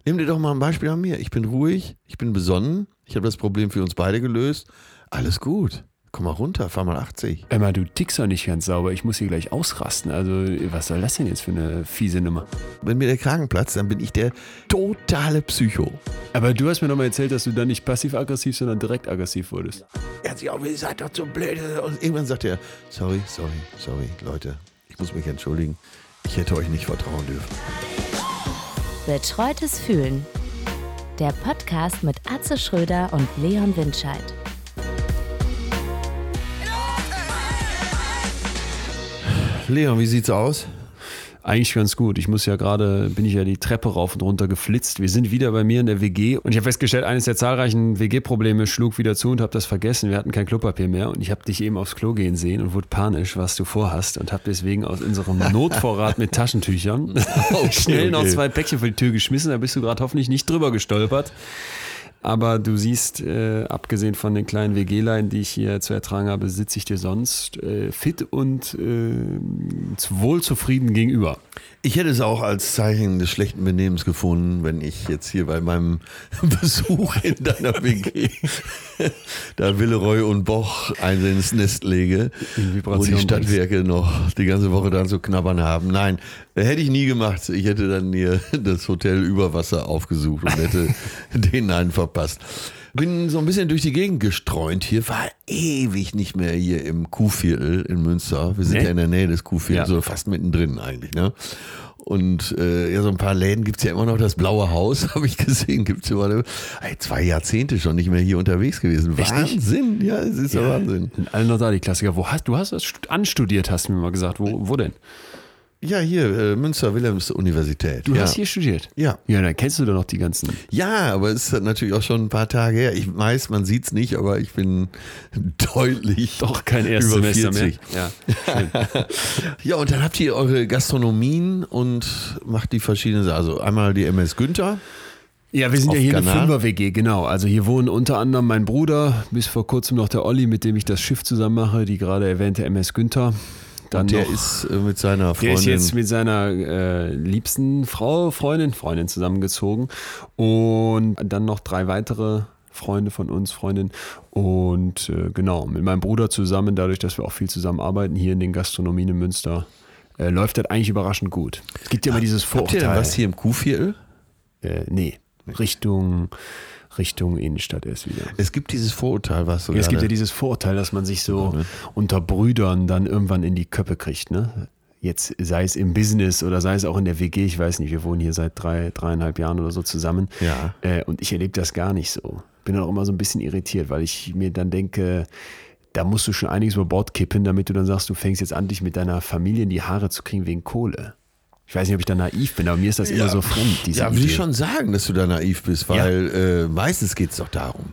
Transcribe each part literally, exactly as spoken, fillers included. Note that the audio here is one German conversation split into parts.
Nimm dir doch mal ein Beispiel an mir. Ich bin ruhig, ich bin besonnen, ich habe das Problem für uns beide gelöst. Alles gut. Komm mal runter, fahr mal achtzig. Emma, du tickst doch nicht ganz sauber. Ich muss hier gleich ausrasten. Also, was soll das denn jetzt für eine fiese Nummer? Wenn mir der Kragen platzt, dann bin ich der totale Psycho. Aber du hast mir doch mal erzählt, dass du dann nicht passiv-aggressiv, sondern direkt aggressiv wurdest. Er hat sich auch, ihr seid doch so blöd. Und irgendwann sagt er, sorry, sorry, sorry, Leute, ich muss mich entschuldigen. Ich hätte euch nicht vertrauen dürfen. Betreutes Fühlen. Der Podcast mit Atze Schröder und Leon Windscheid. Leon, wie sieht's aus? Eigentlich ganz gut. Ich muss ja gerade, bin ich ja die Treppe rauf und runter geflitzt. Wir sind wieder bei mir in der W G und ich habe festgestellt, eines der zahlreichen W G-Probleme schlug wieder zu und habe das vergessen. Wir hatten kein Klopapier mehr und ich habe dich eben aufs Klo gehen sehen und wurde panisch, was du vorhast und habe deswegen aus unserem Notvorrat mit Taschentüchern okay, schnell noch okay. zwei Päckchen vor die Tür geschmissen. Da bist du gerade hoffentlich nicht drüber gestolpert. Aber du siehst, äh, abgesehen von den kleinen W G-Leinen, die ich hier zu ertragen habe, sitze ich dir sonst äh, fit und äh, wohl zufrieden gegenüber. Ich hätte es auch als Zeichen des schlechten Benehmens gefunden, wenn ich jetzt hier bei meinem Besuch in deiner W G da Villeroy und Boch eins ins Nest lege, wo die Stadtwerke noch die ganze Woche dran zu knabbern haben. Nein, hätte ich nie gemacht. Ich hätte dann hier das Hotel über Wasser aufgesucht und hätte den einen verpasst. Bin so ein bisschen durch die Gegend gestreunt hier, war ewig nicht mehr hier im Kuhviertel in Münster. Wir sind nee. ja in der Nähe des Kuhviertels, ja. so fast mittendrin eigentlich, ne? Und äh, ja, so ein paar Läden gibt's ja immer noch. Das Blaue Haus, habe ich gesehen, gibt's immer. Ey, zwei Jahrzehnte schon nicht mehr hier unterwegs gewesen. Echt Wahnsinn, nicht? ja, es ist ja Wahnsinn. Sind alle noch da, die Klassiker. Wo hast, du hast das anstudiert, hast du mir mal gesagt. Wo, wo denn? Ja, hier, äh, Münster-Wilhelms-Universität. Du ja. hast hier studiert? Ja. Ja, dann kennst du doch noch die ganzen. Ja, aber es ist natürlich auch schon ein paar Tage her. Ich weiß, man sieht es nicht, aber ich bin deutlich doch kein erstes über Semester vierzig. Mehr. Ja, ja, und dann habt ihr eure Gastronomien und macht die verschiedenen Sachen. Also einmal die M S Günther. Ja, wir sind ja hier Kanal. eine Fünfer-W G, genau. Also hier wohnen unter anderem mein Bruder, bis vor kurzem noch der Olli, mit dem ich das Schiff zusammen mache, die gerade erwähnte M S Günther. Dann und der noch, ist äh, mit seiner Freundin. Der ist jetzt mit seiner äh, liebsten Frau, Freundin, Freundin zusammengezogen. Und dann noch drei weitere Freunde von uns, Freundinnen. Und äh, genau, mit meinem Bruder zusammen, dadurch, dass wir auch viel zusammenarbeiten, hier in den Gastronomien in Münster, äh, läuft das eigentlich überraschend gut. Es gibt ja immer dieses Vorurteil. Habt ihr denn was hier im Kuhviertel? Äh, nee, Richtung... Richtung Innenstadt erst wieder. Es gibt dieses Vorurteil, was so ja, Es gibt ja dieses Vorurteil, dass man sich so ja, ne? unter Brüdern dann irgendwann in die Köpfe kriegt, ne? Jetzt sei es im Business oder sei es auch in der W G, ich weiß nicht, wir wohnen hier seit drei, dreieinhalb Jahren oder so zusammen. Ja. Äh, und ich erlebe das gar nicht so. Bin dann auch immer so ein bisschen irritiert, weil ich mir dann denke, da musst du schon einiges über Bord kippen, damit du dann sagst, du fängst jetzt an, dich mit deiner Familie in die Haare zu kriegen wegen Kohle. Ich weiß nicht, ob ich da naiv bin, aber mir ist das ja. immer so fremd. Diese ja, Idee. will ich schon sagen, dass du da naiv bist, weil ja. äh, meistens geht es doch darum.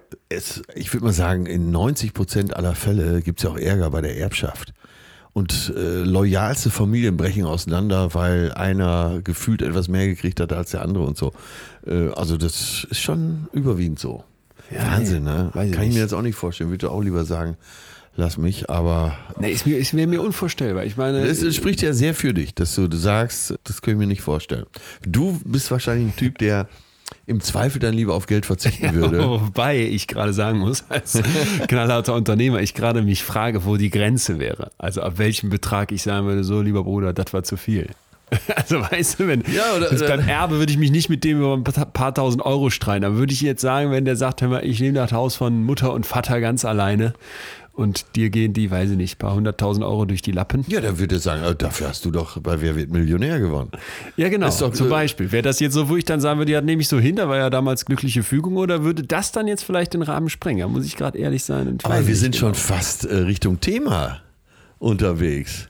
Es, ich würde mal sagen, in neunzig Prozent aller Fälle gibt es ja auch Ärger bei der Erbschaft. Und äh, loyalste Familien brechen auseinander, weil einer gefühlt etwas mehr gekriegt hat als der andere und so. Äh, also das ist schon überwiegend so. Ja, Wahnsinn, ne? Kann ich nicht. mir jetzt auch nicht vorstellen. Würde auch lieber sagen, lass mich, aber... Nee, ist mir, ist mir, mir unvorstellbar. Ich meine... Es, es spricht ja sehr für dich, dass du, du sagst, das kann ich mir nicht vorstellen. Du bist wahrscheinlich ein Typ, der im Zweifel dann lieber auf Geld verzichten würde. Ja, wobei ich gerade sagen muss, als knallharter Unternehmer, ich gerade mich frage, wo die Grenze wäre. Also ab welchem Betrag ich sagen würde, so lieber Bruder, das war zu viel. Also weißt du, wenn ja, oder, jetzt oder, beim Erbe würde ich mich nicht mit dem über ein paar tausend Euro streiten. Aber würde ich jetzt sagen, wenn der sagt, hör mal, ich nehme das Haus von Mutter und Vater ganz alleine und dir gehen die, weiß ich nicht, ein paar hunderttausend Euro durch die Lappen. Ja, dann würde er sagen, oh, dafür hast du doch bei Wer wird Millionär gewonnen. Ja, genau, doch, zum äh, Beispiel. Wäre das jetzt so, wo ich dann sagen würde, ja, nehme ich so hin, da war ja damals glückliche Fügung, oder würde das dann jetzt vielleicht den Rahmen sprengen? Da muss ich gerade ehrlich sein. Und aber wir sind genau. schon fast äh, Richtung Thema unterwegs.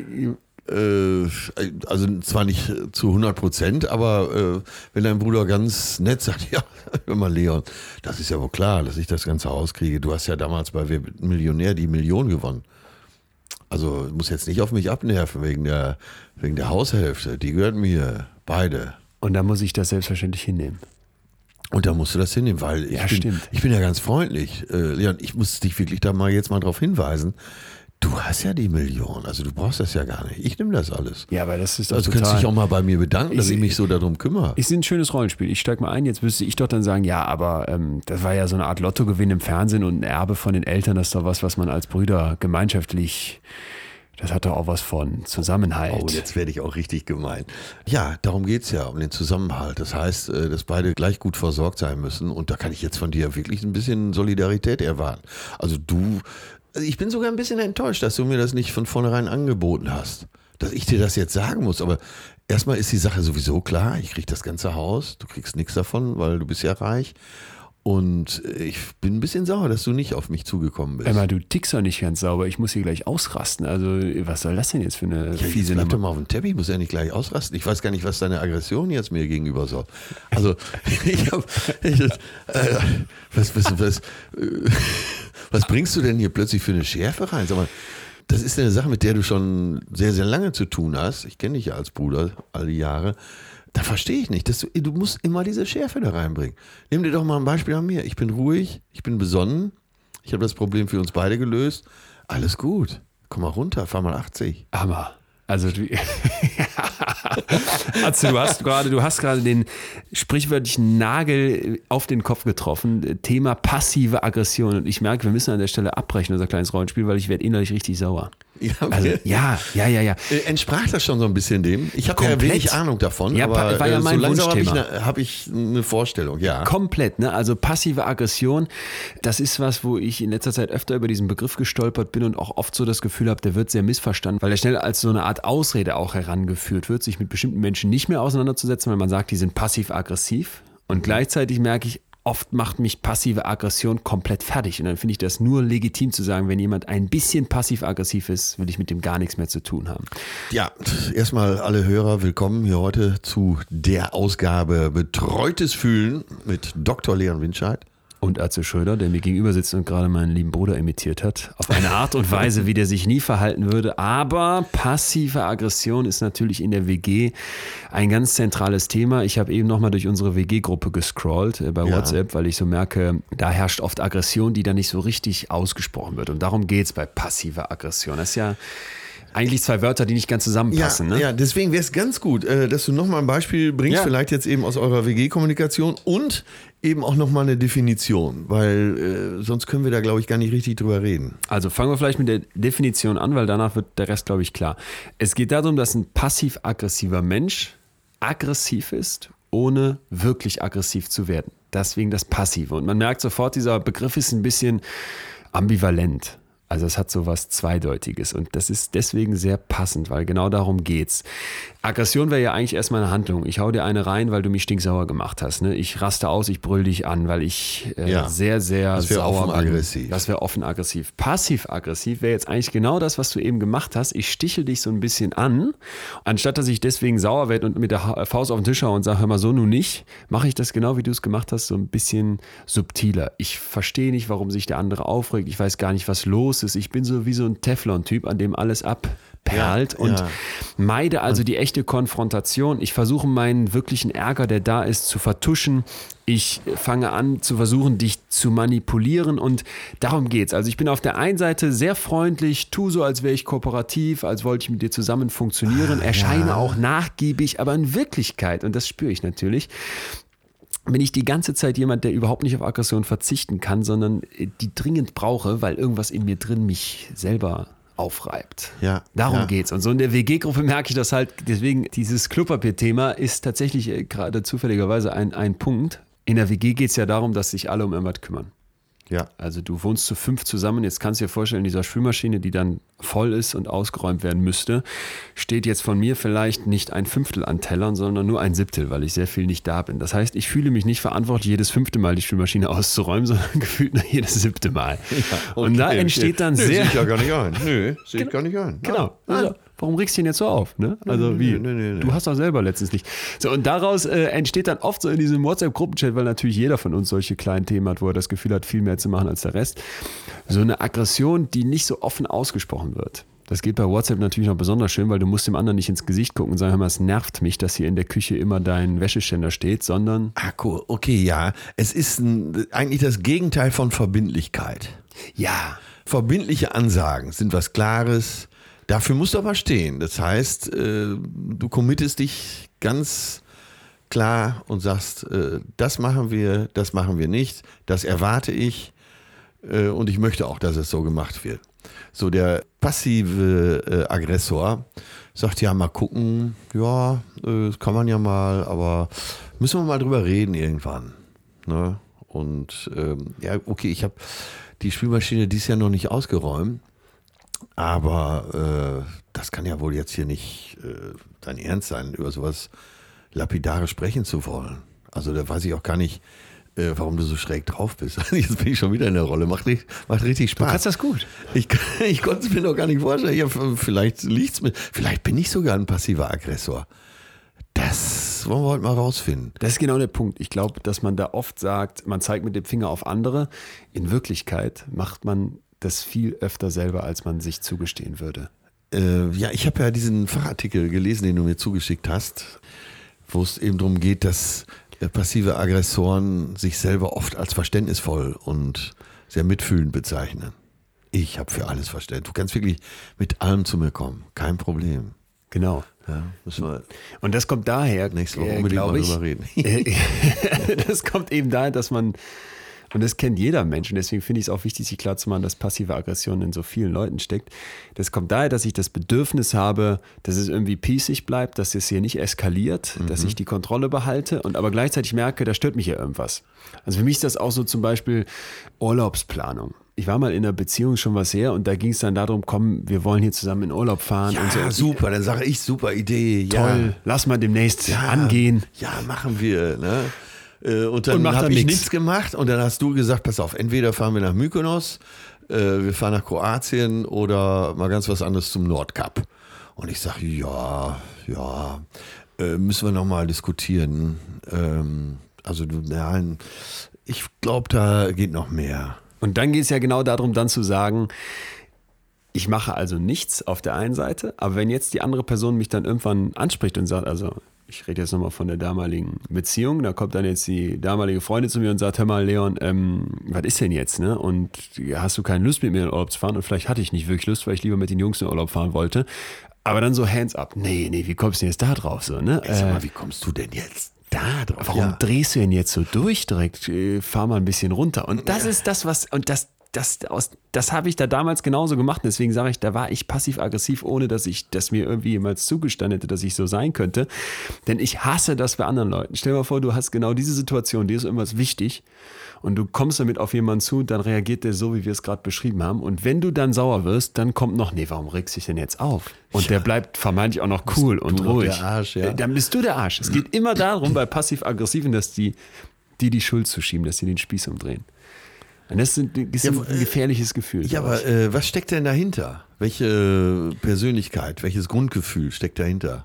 Äh, also zwar nicht zu hundert Prozent, aber äh, wenn dein Bruder ganz nett sagt, ja, hör mal Leon, das ist ja wohl klar, dass ich das ganze Haus kriege. Du hast ja damals bei Wer wird Millionär die Million gewonnen. Also muss jetzt nicht auf mich abnerven wegen der, wegen der Haushälfte. Die gehört mir, beide. Und da muss ich das selbstverständlich hinnehmen. Und da musst du das hinnehmen, weil ich, ja, bin, stimmt. ich bin ja ganz freundlich. Äh, Leon, ich muss dich wirklich da mal jetzt mal drauf hinweisen. Du hast ja die Million, also du brauchst das ja gar nicht. Ich nehme das alles. Ja, aber das ist doch Also du könntest dich auch mal bei mir bedanken, dass ich, ich mich so darum kümmere. Ist ein schönes Rollenspiel. Ich steig mal ein, jetzt müsste ich doch dann sagen, ja, aber ähm, das war ja so eine Art Lottogewinn im Fernsehen und ein Erbe von den Eltern, das ist doch was, was man als Brüder gemeinschaftlich, das hat doch auch was von Zusammenhalt. Oh, jetzt werde ich auch richtig gemein. Ja, darum geht es ja, um den Zusammenhalt. Das heißt, dass beide gleich gut versorgt sein müssen und da kann ich jetzt von dir wirklich ein bisschen Solidarität erwarten. Also du... Ich bin sogar ein bisschen enttäuscht, dass du mir das nicht von vornherein angeboten hast. Dass ich dir das jetzt sagen muss. Aber erstmal ist die Sache sowieso klar. Ich krieg das ganze Haus. Du kriegst nichts davon, weil du bist ja reich. Und ich bin ein bisschen sauer, dass du nicht auf mich zugekommen bist. Emma, du tickst doch nicht ganz sauber. Ich muss hier gleich ausrasten. Also was soll das denn jetzt für eine ja, fiese Nummer? Nummer? Bleib doch mal auf dem Teppich. Ich muss ja nicht gleich ausrasten. Ich weiß gar nicht, was deine Aggression jetzt mir gegenüber soll. Also ich habe... Äh, was, was, was, äh, was bringst du denn hier plötzlich für eine Schärfe rein? Sag mal, das ist eine Sache, mit der du schon sehr, sehr lange zu tun hast. Ich kenne dich ja als Bruder all die Jahre. Da verstehe ich nicht. Dass du, du musst immer diese Schärfe da reinbringen. Nimm dir doch mal ein Beispiel an mir. Ich bin ruhig, ich bin besonnen. Ich habe das Problem für uns beide gelöst. Alles gut. Komm mal runter, fahr mal achtzig. Hammer. Also du, also du hast gerade, du hast gerade den sprichwörtlichen Nagel auf den Kopf getroffen. Thema passive Aggression. Und ich merke, wir müssen an der Stelle abbrechen, unser kleines Rollenspiel, weil ich werde innerlich richtig sauer. Ja, also, ja, ja, ja, ja. Entsprach das schon so ein bisschen dem? Ich habe ja wenig Ahnung davon, ja, aber war ja mein so langsam habe ich, Wunschthema. eine, hab ich eine Vorstellung, ja. Komplett, ne? Also passive Aggression, das ist was, wo ich in letzter Zeit öfter über diesen Begriff gestolpert bin und auch oft so das Gefühl habe, der wird sehr missverstanden, weil der schnell als so eine Art Ausrede auch herangeführt wird, sich mit bestimmten Menschen nicht mehr auseinanderzusetzen, weil man sagt, die sind passiv-aggressiv. Und mhm. gleichzeitig merke ich, oft macht mich passive Aggression komplett fertig. Und dann finde ich das nur legitim zu sagen, wenn jemand ein bisschen passiv-aggressiv ist, will ich mit dem gar nichts mehr zu tun haben. Ja, erstmal alle Hörer, willkommen hier heute zu der Ausgabe Betreutes Fühlen mit Doktor Leon Winscheid. Und Atze Schröder, der mir gegenüber sitzt und gerade meinen lieben Bruder imitiert hat. Auf eine Art und Weise, wie der sich nie verhalten würde. Aber passive Aggression ist natürlich in der W G ein ganz zentrales Thema. Ich habe eben nochmal durch unsere W G-Gruppe gescrollt äh, bei ja. WhatsApp, weil ich so merke, da herrscht oft Aggression, die dann nicht so richtig ausgesprochen wird. Und darum geht es bei passiver Aggression. Das ist ja eigentlich zwei Wörter, die nicht ganz zusammenpassen. Ja, ne? ja, deswegen wäre es ganz gut, dass du nochmal ein Beispiel bringst, ja. vielleicht jetzt eben aus eurer W G-Kommunikation und eben auch nochmal eine Definition, weil äh, sonst können wir da, glaube ich, gar nicht richtig drüber reden. Also fangen wir vielleicht mit der Definition an, weil danach wird der Rest, glaube ich, klar. Es geht darum, dass ein passiv-aggressiver Mensch aggressiv ist, ohne wirklich aggressiv zu werden. Deswegen das Passive. Und man merkt sofort, dieser Begriff ist ein bisschen ambivalent. Also es hat so was Zweideutiges und das ist deswegen sehr passend, weil genau darum geht's. Aggression wäre ja eigentlich erstmal eine Handlung. Ich hau dir eine rein, weil du mich stinksauer gemacht hast. Ne? Ich raste aus, ich brüll dich an, weil ich äh, ja. sehr, sehr das sauer offen bin. Aggressiv. Das wäre offen aggressiv. Passiv-aggressiv wäre jetzt eigentlich genau das, was du eben gemacht hast. Ich stichel dich so ein bisschen an. Anstatt dass ich deswegen sauer werde und mit der Faust auf den Tisch haue und sage, hör mal so, nun nicht, mache ich das genau, wie du es gemacht hast, so ein bisschen subtiler. Ich verstehe nicht, warum sich der andere aufregt. Ich weiß gar nicht, was los ist. Ich bin so wie so ein Teflon-Typ, an dem alles abperlt ja, und ja. meide also die echte Konfrontation. Ich versuche meinen wirklichen Ärger, der da ist, zu vertuschen. Ich fange an zu versuchen, dich zu manipulieren und darum geht's. Also ich bin auf der einen Seite sehr freundlich, tu so, als wäre ich kooperativ, als wollte ich mit dir zusammen funktionieren, ah, erscheine ja. auch nachgiebig, aber in Wirklichkeit, und das spüre ich natürlich, bin ich die ganze Zeit jemand, der überhaupt nicht auf Aggression verzichten kann, sondern die dringend brauche, weil irgendwas in mir drin mich selber aufreibt. Ja, Darum ja. geht's. Und so in der W G-Gruppe merke ich das halt, deswegen dieses Klopapier-Thema ist tatsächlich gerade zufälligerweise ein, ein Punkt. In der W G geht es ja darum, dass sich alle um irgendwas kümmern. Ja. Also du wohnst zu fünf zusammen, jetzt kannst du dir vorstellen, dieser Spülmaschine, die dann voll ist und ausgeräumt werden müsste, steht jetzt von mir vielleicht nicht ein Fünftel an Tellern, sondern nur ein Siebtel, weil ich sehr viel nicht da bin. Das heißt, ich fühle mich nicht verantwortlich, jedes fünfte Mal die Spülmaschine auszuräumen, sondern gefühlt nur jedes siebte Mal. Ja, okay, und da entsteht dann okay. sehr... Nö, sehe ich ja gar nicht ein. Nö, sehe ich gar nicht ein. Genau. Also, warum regst du ihn jetzt so auf? Ne? Also wie? Nee, nee, nee. Du hast doch selber letztens nicht. So, und daraus äh, entsteht dann oft so in diesem WhatsApp-Gruppenchat, weil natürlich jeder von uns solche kleinen Themen hat, wo er das Gefühl hat, viel mehr zu machen als der Rest. So eine Aggression, die nicht so offen ausgesprochen wird. Das geht bei WhatsApp natürlich noch besonders schön, weil du musst dem anderen nicht ins Gesicht gucken und sagen, hör mal, es nervt mich, dass hier in der Küche immer dein Wäscheständer steht, sondern... Akku, okay, ja. Es ist ein, eigentlich das Gegenteil von Verbindlichkeit. Ja. verbindliche Ansagen sind was Klares. Dafür musst du aber stehen. Das heißt, äh, du committest dich ganz klar und sagst, äh, das machen wir, das machen wir nicht, das erwarte ich äh, und ich möchte auch, dass es so gemacht wird. So, der passive äh, Aggressor sagt, ja, mal gucken, ja, äh, das kann man ja mal, aber müssen wir mal drüber reden irgendwann. Ne? Und ähm, ja, okay, ich habe die Spülmaschine dieses Jahr noch nicht ausgeräumt, aber äh, das kann ja wohl jetzt hier nicht äh, dein Ernst sein, über sowas lapidare sprechen zu wollen. Also da weiß ich auch gar nicht, äh, warum du so schräg drauf bist. Jetzt bin ich schon wieder in der Rolle. Macht, macht richtig Spaß. Du kannst das gut. Ich, ich konnte es mir noch gar nicht vorstellen. Ja, vielleicht liegt's mir. Vielleicht bin ich sogar ein passiver Aggressor. Das wollen wir heute mal rausfinden. Das ist genau der Punkt. Ich glaube, dass man da oft sagt, man zeigt mit dem Finger auf andere. In Wirklichkeit macht man das viel öfter selber, als man sich zugestehen würde. Äh, ja, ich habe ja diesen Fachartikel gelesen, den du mir zugeschickt hast, wo es eben darum geht, dass passive Aggressoren sich selber oft als verständnisvoll und sehr mitfühlend bezeichnen. Ich habe für alles Verständnis. Du kannst wirklich mit allem zu mir kommen. Kein Problem. Genau. Ja, müssen wir und das kommt daher, nächste Woche äh, unbedingt mal ich, drüber reden. Das kommt eben daher, dass man, und das kennt jeder Mensch, und deswegen finde ich es auch wichtig, sich klarzumachen, dass passive Aggression in so vielen Leuten steckt. Das kommt daher, dass ich das Bedürfnis habe, dass es irgendwie pießig bleibt, dass es hier nicht eskaliert, mhm. dass ich die Kontrolle behalte und aber gleichzeitig merke, da stört mich ja irgendwas. Also für mich ist das auch so zum Beispiel Urlaubsplanung. Ich war mal in einer Beziehung schon was her und da ging es dann darum, komm, wir wollen hier zusammen in Urlaub fahren. Ja, und so. super, dann sage ich, super Idee. Toll, ja. lass mal demnächst ja, angehen. Ja, machen wir. Ne? Und dann und habe ich nix. nichts gemacht und dann hast du gesagt, pass auf, entweder fahren wir nach Mykonos, äh, wir fahren nach Kroatien oder mal ganz was anderes zum Nordkap. Und ich sage, ja, ja, äh, müssen wir nochmal diskutieren. Ähm, also, nein, ich glaube, da geht noch mehr. Und dann geht es ja genau darum, dann zu sagen, ich mache also nichts auf der einen Seite, aber wenn jetzt die andere Person mich dann irgendwann anspricht und sagt, also ich rede jetzt nochmal von der damaligen Beziehung, da kommt dann jetzt die damalige Freundin zu mir und sagt, hör mal Leon, ähm, was ist denn jetzt, ne? Und hast du keine Lust mit mir in Urlaub zu fahren? Und vielleicht hatte ich nicht wirklich Lust, weil ich lieber mit den Jungs in Urlaub fahren wollte. Aber dann so hands up, nee, nee, wie kommst du denn jetzt da drauf? So, ne? Ey, sag mal, wie kommst du denn jetzt da drauf? Warum ja. drehst du denn jetzt so durch direkt? Fahr mal ein bisschen runter. Und das ist das, was, und das, das, aus, das habe ich da damals genauso gemacht. Deswegen sage ich, da war ich passiv-aggressiv, ohne dass ich, dass mir irgendwie jemals zugestanden hätte, dass ich so sein könnte. Denn ich hasse das bei anderen Leuten. Stell dir mal vor, du hast genau diese Situation, dir ist irgendwas wichtig und du kommst damit auf jemanden zu, dann reagiert der so, wie wir es gerade beschrieben haben. Und wenn du dann sauer wirst, dann kommt noch, nee, warum regst du dich denn jetzt auf? Und ja. der bleibt vermeintlich auch noch cool und du ruhig. Der Arsch, ja. Dann bist du der Arsch. Es geht immer darum, bei passiv-aggressiven, dass die, die die Schuld zuschieben, dass sie den Spieß umdrehen. Und das ist ein, das ist ja, ein gefährliches Gefühl. Ja, aber äh, was steckt denn dahinter? Welche Persönlichkeit, welches Grundgefühl steckt dahinter?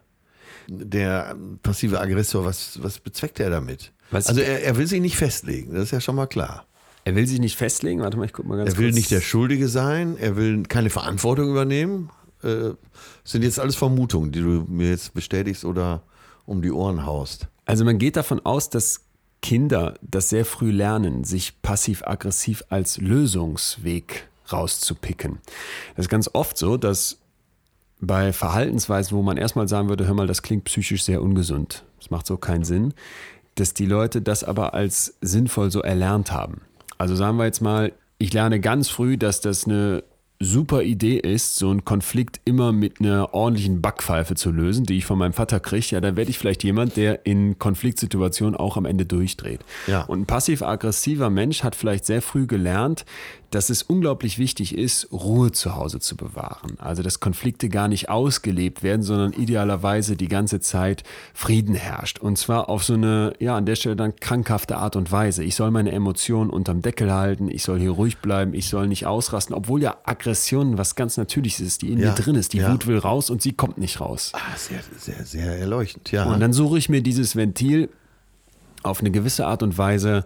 Der passive Aggressor, was, was bezweckt er damit? Was also er, er will sich nicht festlegen, das ist ja schon mal klar. Er will sich nicht festlegen, warte mal, ich guck mal ganz kurz. Er will kurz. nicht der Schuldige sein, er will keine Verantwortung übernehmen. Äh, sind jetzt alles Vermutungen, die du mir jetzt bestätigst oder um die Ohren haust. Also man geht davon aus, dass Kinder das sehr früh lernen, sich passiv-aggressiv als Lösungsweg rauszupicken. Das ist ganz oft so, dass bei Verhaltensweisen, wo man erstmal sagen würde, hör mal, das klingt psychisch sehr ungesund, das macht so keinen Sinn, dass die Leute das aber als sinnvoll so erlernt haben. Also sagen wir jetzt mal, ich lerne ganz früh, dass das eine super Idee ist, so einen Konflikt immer mit einer ordentlichen Backpfeife zu lösen, die ich von meinem Vater kriege, ja, dann werde ich vielleicht jemand, der in Konfliktsituationen auch am Ende durchdreht. Ja. Und ein passiv-aggressiver Mensch hat vielleicht sehr früh gelernt, dass es unglaublich wichtig ist, Ruhe zu Hause zu bewahren. Also, dass Konflikte gar nicht ausgelebt werden, sondern idealerweise die ganze Zeit Frieden herrscht. Und zwar auf so eine, ja, an der Stelle dann krankhafte Art und Weise. Ich soll meine Emotionen unterm Deckel halten, ich soll hier ruhig bleiben, ich soll nicht ausrasten, obwohl ja Aggression was ganz Natürliches ist, die in ja. mir drin ist. Die ja. Wut will raus und sie kommt nicht raus. Ah, sehr, sehr, sehr erleuchtend, ja. Und dann suche ich mir dieses Ventil auf eine gewisse Art und Weise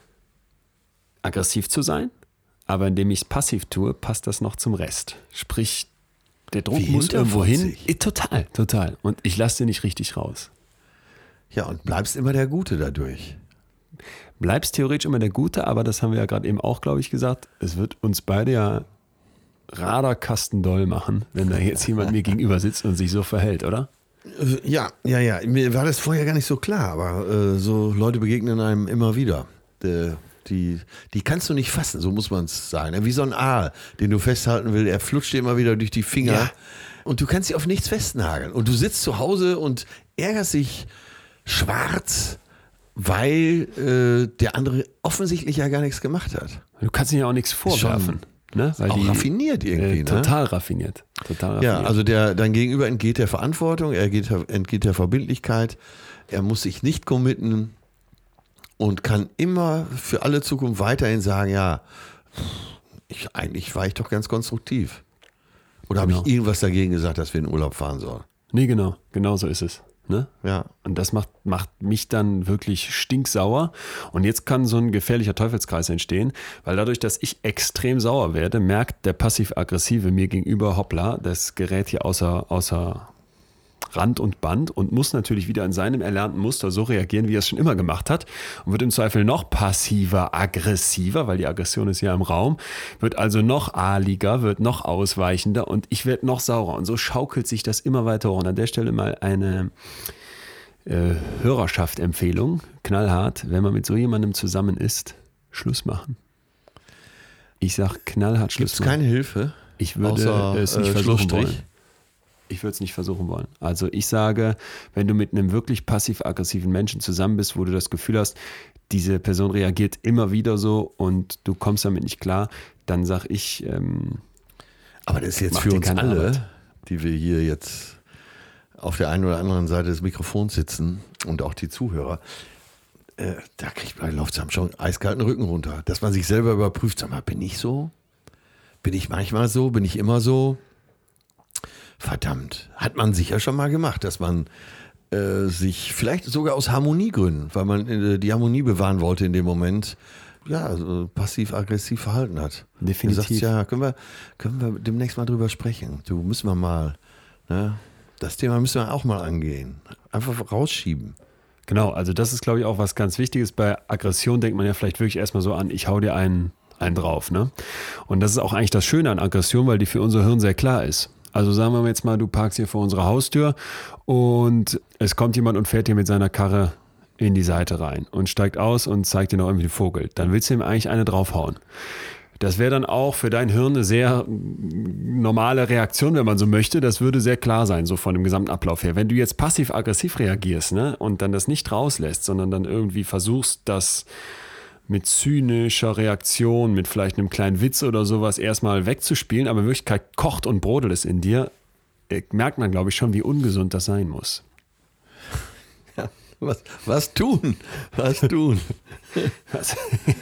aggressiv zu sein. Aber indem ich es passiv tue, passt das noch zum Rest. Sprich, der Druck Wie muss irgendwo hin. hinterfotzig. Total, total. Und ich lasse den nicht richtig raus. Ja, und bleibst immer der Gute dadurch. Bleibst theoretisch immer der Gute, aber das haben wir ja gerade eben auch, glaube ich, gesagt. Es wird uns beide ja Radarkasten doll machen, wenn da jetzt jemand mir gegenüber sitzt und sich so verhält, oder? Ja, ja, ja. Mir war das vorher gar nicht so klar, aber äh, so Leute begegnen einem immer wieder. Der, die, die kannst du nicht fassen, so muss man es sagen. Wie so ein Aal, den du festhalten willst, er flutscht dir immer wieder durch die Finger ja. und du kannst dich auf nichts festnageln. Und du sitzt zu Hause und ärgerst dich schwarz, weil äh, der andere offensichtlich ja gar nichts gemacht hat. Du kannst ihm ja auch nichts vorwerfen. Ne? Weil auch die, raffiniert irgendwie. Äh, total ne? raffiniert. Total raffiniert. Ja, also der, dein Gegenüber entgeht der Verantwortung, er geht, entgeht der Verbindlichkeit, er muss sich nicht committen und kann immer für alle Zukunft weiterhin sagen, ja, ich, eigentlich war ich doch ganz konstruktiv. Oder genau. habe ich irgendwas dagegen gesagt, dass wir in den Urlaub fahren sollen? Nee, genau, genau so ist es. Ne? Ja. Und das macht, macht mich dann wirklich stinksauer. Und jetzt kann so ein gefährlicher Teufelskreis entstehen, weil dadurch, dass ich extrem sauer werde, merkt der passiv-aggressive mir gegenüber, hoppla, das gerät hier außer, außer Rand und Band und muss natürlich wieder in seinem erlernten Muster so reagieren, wie er es schon immer gemacht hat und wird im Zweifel noch passiver, aggressiver, weil die Aggression ist ja im Raum, wird also noch ahliger, wird noch ausweichender und ich werde noch saurer und so schaukelt sich das immer weiter hoch. Und an der Stelle mal eine äh, Hörerschaft-Empfehlung, knallhart, wenn man mit so jemandem zusammen ist, Schluss machen. Ich sag knallhart Schluss Gibt's machen. keine Hilfe? Ich würde außer, es nicht äh, versuchen wollen. Ich würde es nicht versuchen wollen. Also ich sage, wenn du mit einem wirklich passiv-aggressiven Menschen zusammen bist, wo du das Gefühl hast, diese Person reagiert immer wieder so und du kommst damit nicht klar, dann sage ich, ähm, aber das ist jetzt für uns alle, Arbeit. Die wir hier jetzt auf der einen oder anderen Seite des Mikrofons sitzen und auch die Zuhörer, äh, da kriegt man, läuft es schon eiskalten Rücken runter. Dass man sich selber überprüft, sag mal, bin ich so? Bin ich manchmal so? Bin ich immer so? Verdammt, hat man sicher schon mal gemacht, dass man äh, sich vielleicht sogar aus Harmoniegründen, weil man äh, die Harmonie bewahren wollte in dem Moment, ja, also passiv-aggressiv verhalten hat. Definitiv. Du sagst, ja, können wir, können wir demnächst mal drüber sprechen. Du, müssen wir mal, ne? Das Thema müssen wir auch mal angehen. Einfach rausschieben. Genau, also das ist, glaube ich, auch was ganz Wichtiges. Bei Aggression denkt man ja vielleicht wirklich erstmal so an, ich hau dir einen, einen drauf. Ne? Und das ist auch eigentlich das Schöne an Aggression, weil die für unser Hirn sehr klar ist. Also sagen wir jetzt mal, du parkst hier vor unserer Haustür und es kommt jemand und fährt dir mit seiner Karre in die Seite rein und steigt aus und zeigt dir noch irgendwie den Vogel. Dann willst du ihm eigentlich eine draufhauen. Das wäre dann auch für dein Hirn eine sehr normale Reaktion, wenn man so möchte. Das würde sehr klar sein, so von dem gesamten Ablauf her. Wenn du jetzt passiv-aggressiv reagierst, ne, und dann das nicht rauslässt, sondern dann irgendwie versuchst, das mit zynischer Reaktion, mit vielleicht einem kleinen Witz oder sowas erstmal wegzuspielen, aber in Wirklichkeit kocht und brodelt es in dir, merkt man, glaube ich, schon, wie ungesund das sein muss. Ja, was, was tun? Was tun? Was?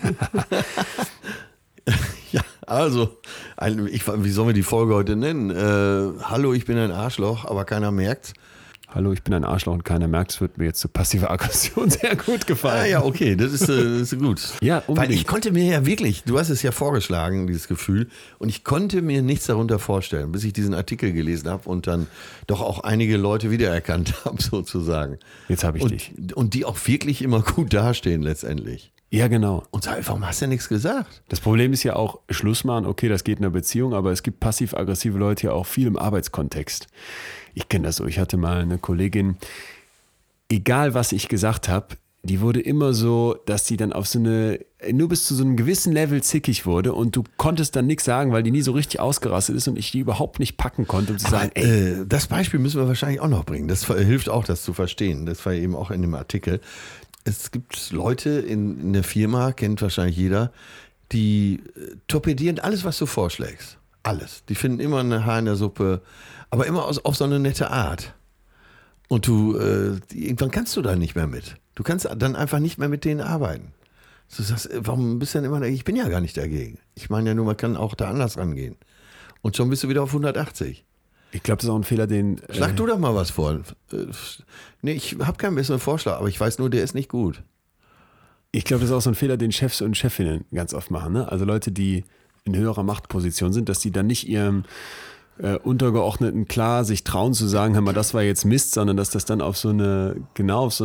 Ja, also, ein, ich, wie sollen wir die Folge heute nennen? Äh, hallo, ich bin ein Arschloch, aber keiner merkt's. Hallo, ich bin ein Arschloch und keiner merkt, es wird mir jetzt zu passiver Aggression sehr gut gefallen. Ah, ja, okay, das ist, das ist gut. Ja, unbedingt. Weil ich konnte mir ja wirklich, du hast es ja vorgeschlagen, dieses Gefühl, und ich konnte mir nichts darunter vorstellen, bis ich diesen Artikel gelesen habe und dann doch auch einige Leute wiedererkannt habe, sozusagen. Jetzt habe ich und, dich. Und die auch wirklich immer gut dastehen letztendlich. Ja, genau. Und sag, warum hast du nichts gesagt? Das Problem ist ja auch, Schluss machen, okay, das geht in einer Beziehung, aber es gibt passiv-aggressive Leute ja auch viel im Arbeitskontext. Ich kenne das so, ich hatte mal eine Kollegin, egal was ich gesagt habe, die wurde immer so, dass die dann auf so eine, nur bis zu so einem gewissen Level zickig wurde und du konntest dann nichts sagen, weil die nie so richtig ausgerastet ist und ich die überhaupt nicht packen konnte, um zu Aber, sagen, ey. Äh, das Beispiel müssen wir wahrscheinlich auch noch bringen. Das hilft auch, das zu verstehen. Das war eben auch in dem Artikel. Es gibt Leute in, in der Firma, kennt wahrscheinlich jeder, die äh, torpedieren alles, was du vorschlägst. Alles. Die finden immer ein Haar in der Suppe, aber immer aus, auf so eine nette Art. Und du, äh, irgendwann kannst du da nicht mehr mit. Du kannst dann einfach nicht mehr mit denen arbeiten. Du sagst, warum bist du denn immer dagegen? Ich bin ja gar nicht dagegen. Ich meine ja nur, man kann auch da anders rangehen. Und schon bist du wieder auf hundertachtzig. Ich glaube, das ist auch ein Fehler, den... Schlag äh, du doch mal was vor. Nee, ich habe keinen besseren Vorschlag, aber ich weiß nur, der ist nicht gut. Ich glaube, das ist auch so ein Fehler, den Chefs und Chefinnen ganz oft machen. Ne? Also Leute, die in höherer Machtposition sind, dass die dann nicht ihrem äh, Untergeordneten klar sich trauen zu sagen, hör mal, das war jetzt Mist, sondern dass das dann auf so eine, genau auf so eine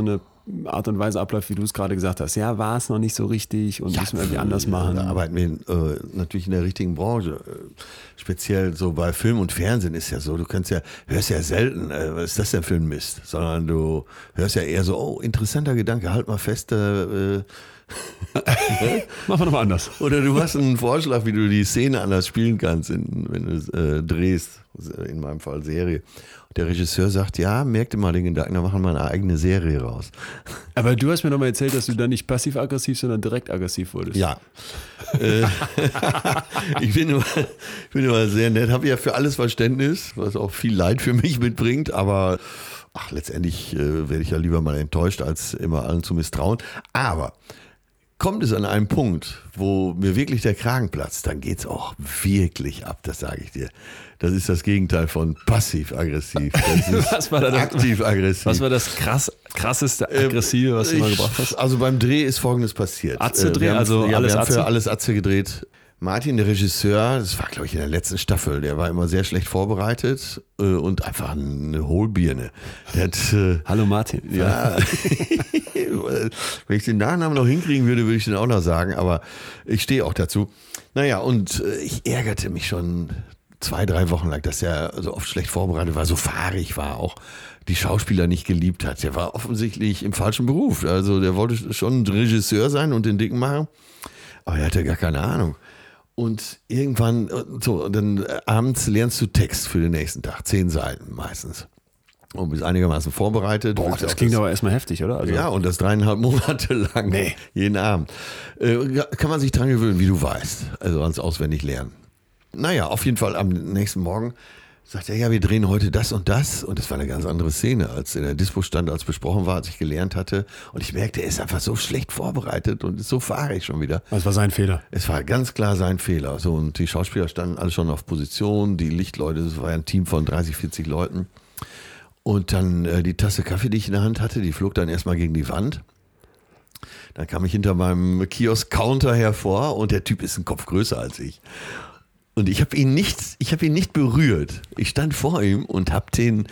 Art und Weise abläuft, wie du es gerade gesagt hast. Ja, war es noch nicht so richtig und Ja, müssen wir irgendwie anders machen. Da arbeiten wir äh, natürlich in der richtigen Branche. Äh, speziell so bei Film und Fernsehen ist ja so, du kannst ja, hörst ja selten, äh, was ist das denn für ein Mist, sondern du hörst ja eher so, oh, interessanter Gedanke, halt mal fest, äh, Machen wir nochmal anders. Oder du hast einen Vorschlag, wie du die Szene anders spielen kannst, in, wenn du es äh, drehst, in meinem Fall Serie. Und der Regisseur sagt, ja, merkte mal den Gedanken, da machen wir eine eigene Serie raus. Aber du hast mir nochmal erzählt, dass du dann nicht passiv-aggressiv, sondern direkt aggressiv wurdest. Ja. ich, bin immer, ich bin immer sehr nett, habe ja für alles Verständnis, was auch viel Leid für mich mitbringt, aber ach, letztendlich äh, werde ich ja lieber mal enttäuscht, als immer allen zu misstrauen. Aber kommt es an einen Punkt, wo mir wirklich der Kragen platzt, dann geht es auch wirklich ab, das sage ich dir. Das ist das Gegenteil von passiv-aggressiv. Das ist was war da aktiv-aggressiv. Was war das krass, krasseste Aggressive, was du ich, mal gebracht hast? Also beim Dreh ist Folgendes passiert. Atze-Dreh, wir haben, also ja, alles wir haben für Atze? alles Atze gedreht. Martin, der Regisseur, das war, glaube ich, in der letzten Staffel, der war immer sehr schlecht vorbereitet äh, und einfach eine Hohlbirne. Der hat, äh, Hallo Martin. Ja. Wenn ich den Nachnamen noch hinkriegen würde, würde ich den auch noch sagen, aber ich stehe auch dazu. Naja, und äh, ich ärgerte mich schon zwei, drei Wochen lang, dass er so oft schlecht vorbereitet war, so fahrig war, auch die Schauspieler nicht geliebt hat. Der war offensichtlich im falschen Beruf. Also der wollte schon ein Regisseur sein und den Dicken machen, aber er hatte gar keine Ahnung. Und irgendwann, so, dann abends lernst du Text für den nächsten Tag, zehn Seiten meistens. Und bist einigermaßen vorbereitet. Boah, das klingt das, aber erstmal heftig, oder? Also ja, und das dreieinhalb Monate lang, nee. jeden Abend. Äh, kann man sich dran gewöhnen, wie du weißt, also ans auswendig lernen. Naja, auf jeden Fall am nächsten Morgen sagt er, ja, wir drehen heute das und das. Und das war eine ganz andere Szene, als in der Dispo stand, als besprochen war, als ich gelernt hatte. Und ich merkte, er ist einfach so schlecht vorbereitet und ist so fahrig schon wieder. Das war sein Fehler. Es war ganz klar sein Fehler. So, und die Schauspieler standen alle schon auf Position, die Lichtleute, das war ja ein Team von dreißig, vierzig Leuten. Und dann äh, die Tasse Kaffee, die ich in der Hand hatte, die flog dann erstmal gegen die Wand. Dann kam ich hinter meinem Kiosk-Counter hervor und der Typ ist ein Kopf größer als ich. Und ich habe ihn nicht, ich habe ihn nicht berührt. Ich stand vor ihm und habe den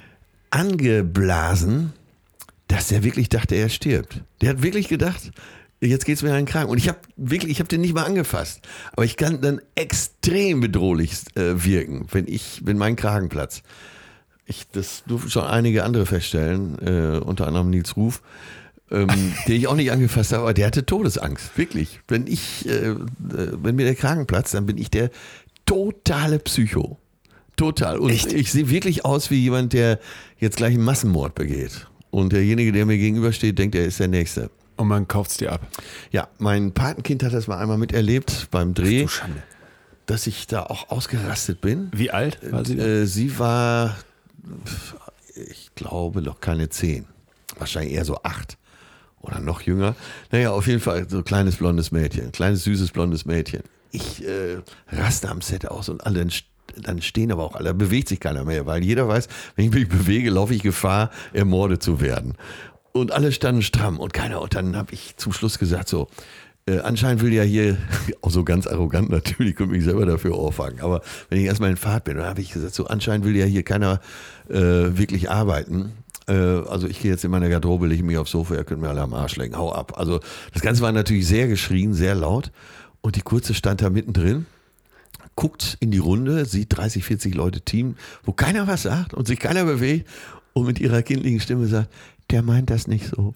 angeblasen, dass er wirklich dachte, er stirbt. Der hat wirklich gedacht, jetzt geht's mir an den Kragen. Und ich habe wirklich, ich habe den nicht mal angefasst. Aber ich kann dann extrem bedrohlich äh, wirken, wenn ich, wenn mein Kragen platzt. Ich, das durften schon einige andere feststellen, äh, unter anderem Nils Ruf. ähm, den ich auch nicht angefasst habe, aber der hatte Todesangst, wirklich. Wenn ich, äh, wenn mir der Kragen platzt, dann bin ich der totale Psycho. Total. Und Echt? Ich sehe wirklich aus wie jemand, der jetzt gleich einen Massenmord begeht. Und derjenige, der mir gegenübersteht, denkt, er ist der Nächste. Und man kauft es dir ab. Ja, mein Patenkind hat das mal einmal miterlebt beim Dreh, Ach, du Schande. dass ich da auch ausgerastet bin. Wie alt war sie? Äh, sie war, ich glaube, noch keine zehn. Wahrscheinlich eher so acht. Oder noch jünger. Naja, auf jeden Fall so ein kleines blondes Mädchen. Kleines, süßes, blondes Mädchen. Ich äh, raste am Set aus und alle, dann stehen aber auch alle, da bewegt sich keiner mehr, weil jeder weiß, wenn ich mich bewege, laufe ich Gefahr, ermordet zu werden. Und alle standen stramm und keiner. Und dann habe ich zum Schluss gesagt so, äh, anscheinend will ja hier, auch so ganz arrogant natürlich, könnte mich selber dafür auffangen, aber wenn ich erstmal in Fahrt bin, dann habe ich gesagt so, anscheinend will ja hier keiner äh, wirklich arbeiten. Also ich gehe jetzt in meine Garderobe, lege mich aufs Sofa, ihr könnt mir alle am Arsch legen, hau ab. Also das Ganze war natürlich sehr geschrien, sehr laut. Und die Kurze stand da mittendrin, guckt in die Runde, sieht dreißig, vierzig Leute Team, wo keiner was sagt und sich keiner bewegt und mit ihrer kindlichen Stimme sagt, der meint das nicht so.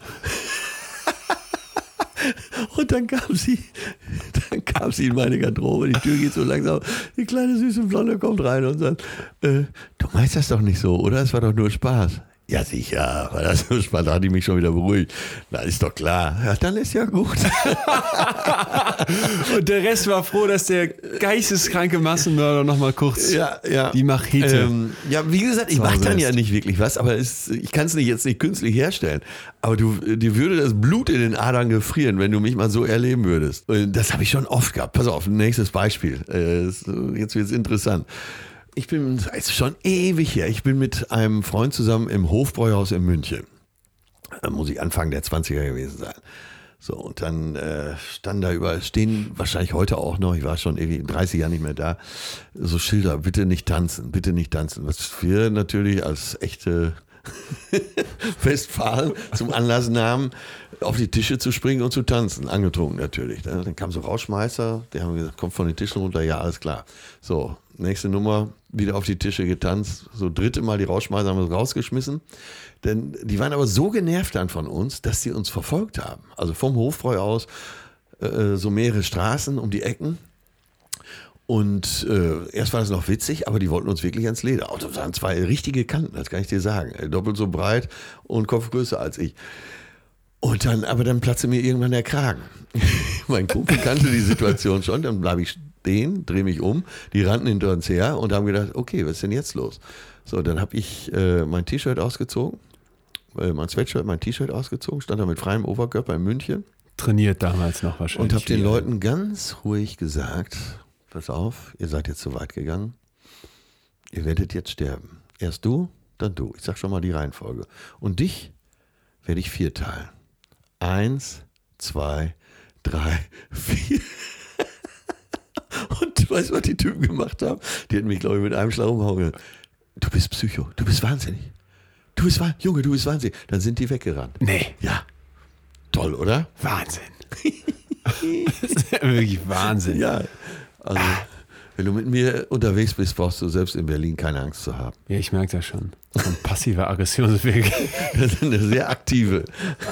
Und dann kam sie, dann kam sie in meine Garderobe, die Tür geht so langsam, die kleine süße Blonde kommt rein und sagt, äh, du meinst das doch nicht so, oder? Es war doch nur Spaß. Ja, sicher, weil das so spannend, da hat die mich schon wieder beruhigt. Na, ist doch klar. Ja, dann ist ja gut. Und der Rest war froh, dass der geisteskranke Massenmörder noch mal kurz ja, ja. die Machete. Ähm, ja, wie gesagt, ich mache dann ja nicht wirklich was, aber es, ich kann es nicht jetzt nicht künstlich herstellen. Aber du, dir würde das Blut in den Adern gefrieren, wenn du mich mal so erleben würdest. Das habe ich schon oft gehabt. Pass auf, nächstes Beispiel. Jetzt wird es interessant. Ich bin, es ist schon ewig her, ich bin mit einem Freund zusammen im Hofbräuhaus in München. Da muss ich Anfang der zwanziger gewesen sein. So, und dann äh, standen da über, stehen wahrscheinlich heute auch noch, ich war schon irgendwie in dreißig Jahren nicht mehr da, so Schilder, bitte nicht tanzen, bitte nicht tanzen. Was wir natürlich als echte Westfalen zum Anlass nahmen, auf die Tische zu springen und zu tanzen. Angetrunken natürlich. Dann kam so Rauschmeißer, die haben gesagt, kommt von den Tischen runter, ja, alles klar. So, nächste Nummer, wieder auf die Tische getanzt. So dritte Mal die Rauschmeißer haben uns rausgeschmissen. Denn die waren aber so genervt dann von uns, dass sie uns verfolgt haben. Also vom Hofbräu aus äh, so mehrere Straßen um die Ecken. Und äh, erst war das noch witzig, aber die wollten uns wirklich ans Leder. Und das waren zwei richtige Kanten, das kann ich dir sagen. Doppelt so breit und Kopf größer als ich. Und dann, aber dann platzte mir irgendwann der Kragen. Mein Kumpel kannte die Situation schon, dann bleib ich stehen, drehe mich um, die rannten hinter uns her und haben gedacht, okay, was ist denn jetzt los? So, dann habe ich äh, mein T-Shirt ausgezogen, äh, mein Sweatshirt, mein T-Shirt ausgezogen, stand da mit freiem Oberkörper in München. Trainiert damals noch wahrscheinlich. Und habe den Leuten ganz ruhig gesagt, pass auf, ihr seid jetzt so weit gegangen, ihr werdet jetzt sterben. Erst du, dann du. Ich sag schon mal die Reihenfolge. Und dich werde ich vierteilen. Eins, zwei, drei, vier. Und du weißt, was die Typen gemacht haben? Die hätten mich, glaube ich, mit einem Schlag umgehauen. Du bist Psycho, du bist wahnsinnig. Du bist wahnsinnig, Junge, du bist wahnsinnig. Dann sind die weggerannt. Nee. Ja. Toll, oder? Wahnsinn. Das ist ja wirklich Wahnsinn. Ja. Also, wenn du mit mir unterwegs bist, brauchst du selbst in Berlin keine Angst zu haben. Ja, ich merke das schon. So ein passiver Aggressionsweg. Das ist eine sehr aktive.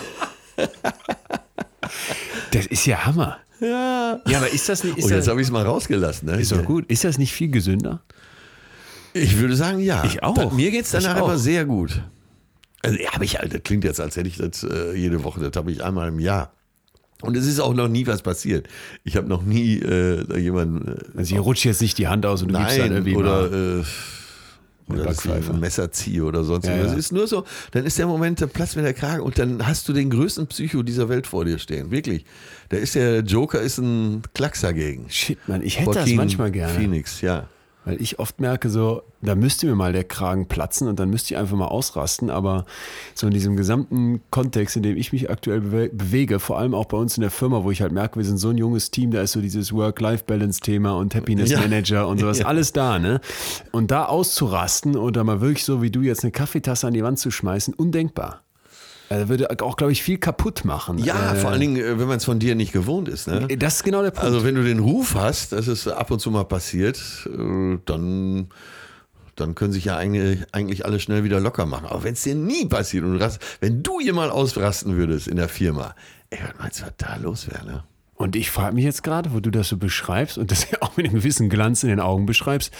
Das ist ja Hammer. Ja. Ja, aber ist das nicht... Ist Und jetzt das, habe ich es mal rausgelassen. Ne? ist doch gut. Ist das nicht viel gesünder? Ich würde sagen, ja. Ich auch. Bei mir geht es danach Ich auch. immer sehr gut. Also, ja, habe ich halt, das klingt jetzt, als hätte ich das äh, jede Woche, das habe ich einmal im Jahr. Und es ist auch noch nie was passiert. Ich habe noch nie äh, jemanden. Äh, Also hier rutscht jetzt nicht die Hand aus und du gibst dann nein, irgendwie oder, mal äh, oder dass ich ein Messer ziehe oder sonst Ja, was. ja. Es ist nur so, dann ist der Moment, da platzt mir der Kragen und dann hast du den größten Psycho dieser Welt vor dir stehen. Wirklich. Da ist der Joker ist ein Klacks dagegen. Shit, Mann, ich hätte das Joaquin manchmal gerne. Phoenix, ja. Weil ich oft merke so, da müsste mir mal der Kragen platzen und dann müsste ich einfach mal ausrasten. Aber so in diesem gesamten Kontext, in dem ich mich aktuell bewe- bewege, vor allem auch bei uns in der Firma, wo ich halt merke, wir sind so ein junges Team, da ist so dieses Work-Life-Balance-Thema und Happiness-Manager Ja. und sowas, Ja. alles da, ne? Und da auszurasten und da mal wirklich so wie du jetzt eine Kaffeetasse an die Wand zu schmeißen, undenkbar. Also würde auch, glaube ich, viel kaputt machen. Ja, äh, vor allen Dingen, äh, wenn man es von dir nicht gewohnt ist. Ne? Das ist genau der Punkt. Also wenn du den Ruf hast, dass es ab und zu mal passiert, äh, dann, dann können sich ja eigentlich, eigentlich alle schnell wieder locker machen. Aber wenn es dir nie passiert und du rast, wenn du hier mal ausrasten würdest in der Firma, ey, was meinst du, was da los wäre, ne? Und ich frage mich jetzt gerade, wo du das so beschreibst und das ja auch mit einem gewissen Glanz in den Augen beschreibst,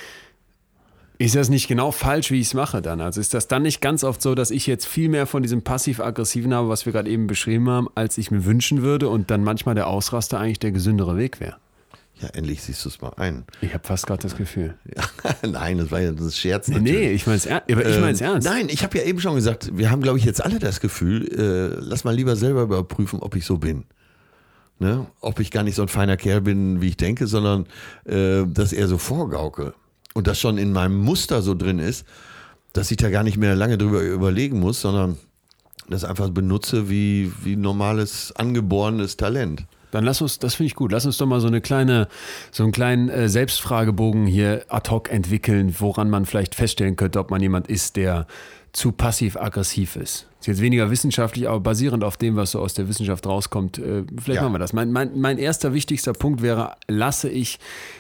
ist das nicht genau falsch, wie ich es mache dann? Also ist das dann nicht ganz oft so, dass ich jetzt viel mehr von diesem passiv-aggressiven habe, was wir gerade eben beschrieben haben, als ich mir wünschen würde und dann manchmal der Ausraster eigentlich der gesündere Weg wäre? Ja, endlich siehst du es mal ein. Ich habe fast gerade das Gefühl. Ja, nein, das war ja das Scherz Nee, natürlich. nee, ich meine es er- aber ich mein's Ähm, ernst. Nein, ich habe ja eben schon gesagt, wir haben, glaube ich, jetzt alle das Gefühl, äh, lass mal lieber selber überprüfen, ob ich so bin. Ne? Ob ich gar nicht so ein feiner Kerl bin, wie ich denke, sondern äh, dass er so vorgaukel. Und das schon in meinem Muster so drin ist, dass ich da gar nicht mehr lange drüber überlegen muss, sondern das einfach benutze wie, wie normales, angeborenes Talent. Dann lass uns, das finde ich gut, lass uns doch mal so eine kleine, so einen kleinen äh, Selbstfragebogen hier ad hoc entwickeln, woran man vielleicht feststellen könnte, ob man jemand ist, der zu passiv-aggressiv ist. Ist jetzt weniger wissenschaftlich, aber basierend auf dem, was so aus der Wissenschaft rauskommt, äh, vielleicht Ja. machen wir das. Mein, mein, mein erster wichtigster Punkt wäre, lasse ich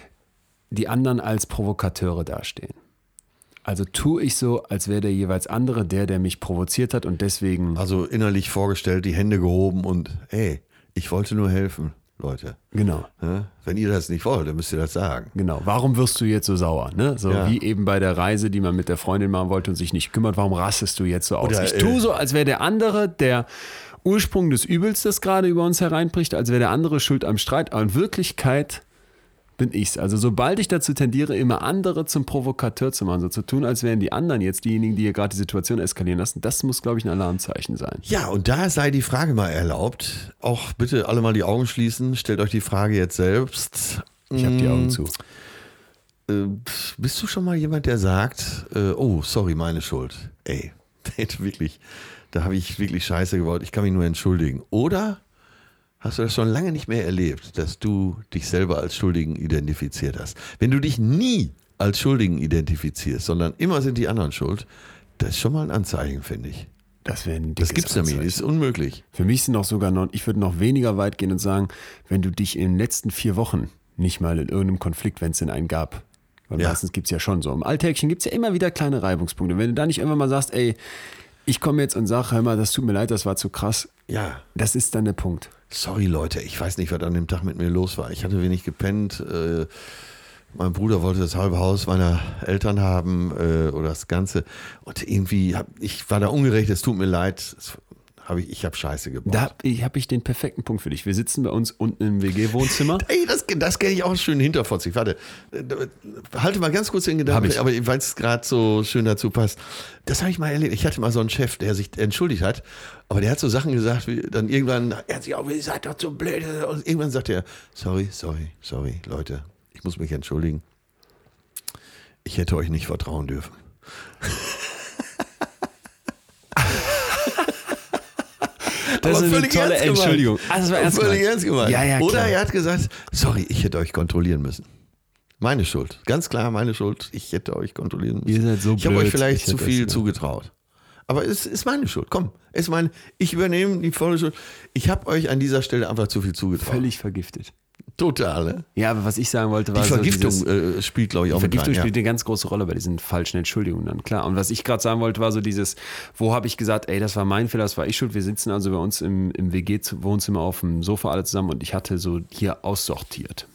die anderen als Provokateure dastehen. Also tue ich so, als wäre der jeweils andere der, der mich provoziert hat und deswegen... Also innerlich vorgestellt, die Hände gehoben und hey, ich wollte nur helfen, Leute. Genau. Ja? Wenn ihr das nicht wollt, dann müsst ihr das sagen. Genau. Warum wirst du jetzt so sauer? Ne? So Ja. wie eben bei der Reise, die man mit der Freundin machen wollte und sich nicht kümmert. Warum rastest du jetzt so aus? Oder, ich äh, tue so, als wäre der andere der Ursprung des Übels, das gerade über uns hereinbricht, als wäre der andere schuld am Streit. Aber in Wirklichkeit bin ich's. Also sobald ich dazu tendiere, immer andere zum Provokateur zu machen, so zu tun, als wären die anderen jetzt diejenigen, die hier gerade die Situation eskalieren lassen, das muss, glaube ich, ein Alarmzeichen sein. Ja, und da sei die Frage mal erlaubt. Auch bitte alle mal die Augen schließen. Stellt euch die Frage jetzt selbst. Ich habe die Augen zu. Äh, bist du schon mal jemand, der sagt, äh, oh, sorry, meine Schuld. Ey, wirklich, da habe ich wirklich Scheiße gebaut. Ich kann mich nur entschuldigen. Oder hast du das schon lange nicht mehr erlebt, dass du dich selber als Schuldigen identifiziert hast? Wenn du dich nie als Schuldigen identifizierst, sondern immer sind die anderen schuld, Das ist schon mal ein Anzeichen, finde ich. Das wäre ein Das dickes gibt's nämlich, das ist unmöglich. Für mich sind noch sogar noch, ich würde noch weniger weit gehen und sagen, wenn du dich in den letzten vier Wochen nicht mal in irgendeinem Konflikt, wenn es denn einen gab, weil Ja. meistens gibt es ja schon so, im Alltägchen gibt es ja immer wieder kleine Reibungspunkte. Wenn du da nicht irgendwann mal sagst, ey, ich komme jetzt und sage, hör mal, das tut mir leid, das war zu krass, Ja. das ist dann der Punkt. Sorry Leute, ich weiß nicht, was an dem Tag mit mir los war. Ich hatte wenig gepennt. Äh, mein Bruder wollte das halbe Haus meiner Eltern haben äh, oder das Ganze. Und irgendwie, hab, ich war da ungerecht, es tut mir leid. Das hab ich ich habe Scheiße gebaut. Da habe ich, hab ich den perfekten Punkt für dich. Wir sitzen bei uns unten im W G-Wohnzimmer. Ey, das, das kenne ich auch schön hinterfotzig. Warte, äh, halte mal ganz kurz den Hab Gedanken, ich. aber weil es gerade so schön dazu passt. Das habe ich mal erlebt. Ich hatte mal so einen Chef, der sich entschuldigt hat, aber der hat so Sachen gesagt, wie dann irgendwann, er hat sich auch, ihr seid doch so blöd. Und irgendwann sagt er, sorry, sorry, sorry, Leute, ich muss mich entschuldigen. Ich hätte euch nicht vertrauen dürfen. Das Aber ist eine völlig tolle ernst gemeint. Entschuldigung. Ah, das war ernst Völlig gemeint. ernst gemeint. Ja, ja, Oder klar. er hat gesagt, sorry, ich hätte euch kontrollieren müssen. Meine Schuld. Ganz klar meine Schuld. Ich hätte euch kontrollieren müssen. Ihr seid so ich habe blöd. euch vielleicht Ich zu hätte viel euch- zugetraut. Aber es ist meine Schuld. Komm, es ist meine, ich übernehme die volle Schuld. Ich habe euch an dieser Stelle einfach zu viel zugetraut. Völlig vergiftet. Total. Ne? Ja, aber was ich sagen wollte, war Die so Vergiftung dieses, äh, spielt, glaube ich, auch Die Vergiftung mit rein. spielt eine ganz große Rolle bei diesen falschen Entschuldigungen dann, klar. Und was ich gerade sagen wollte, war so dieses, wo habe ich gesagt, ey, das war mein Fehler, das war ich schuld. Wir sitzen also bei uns im, im W G-Wohnzimmer auf dem Sofa alle zusammen und ich hatte so hier aussortiert.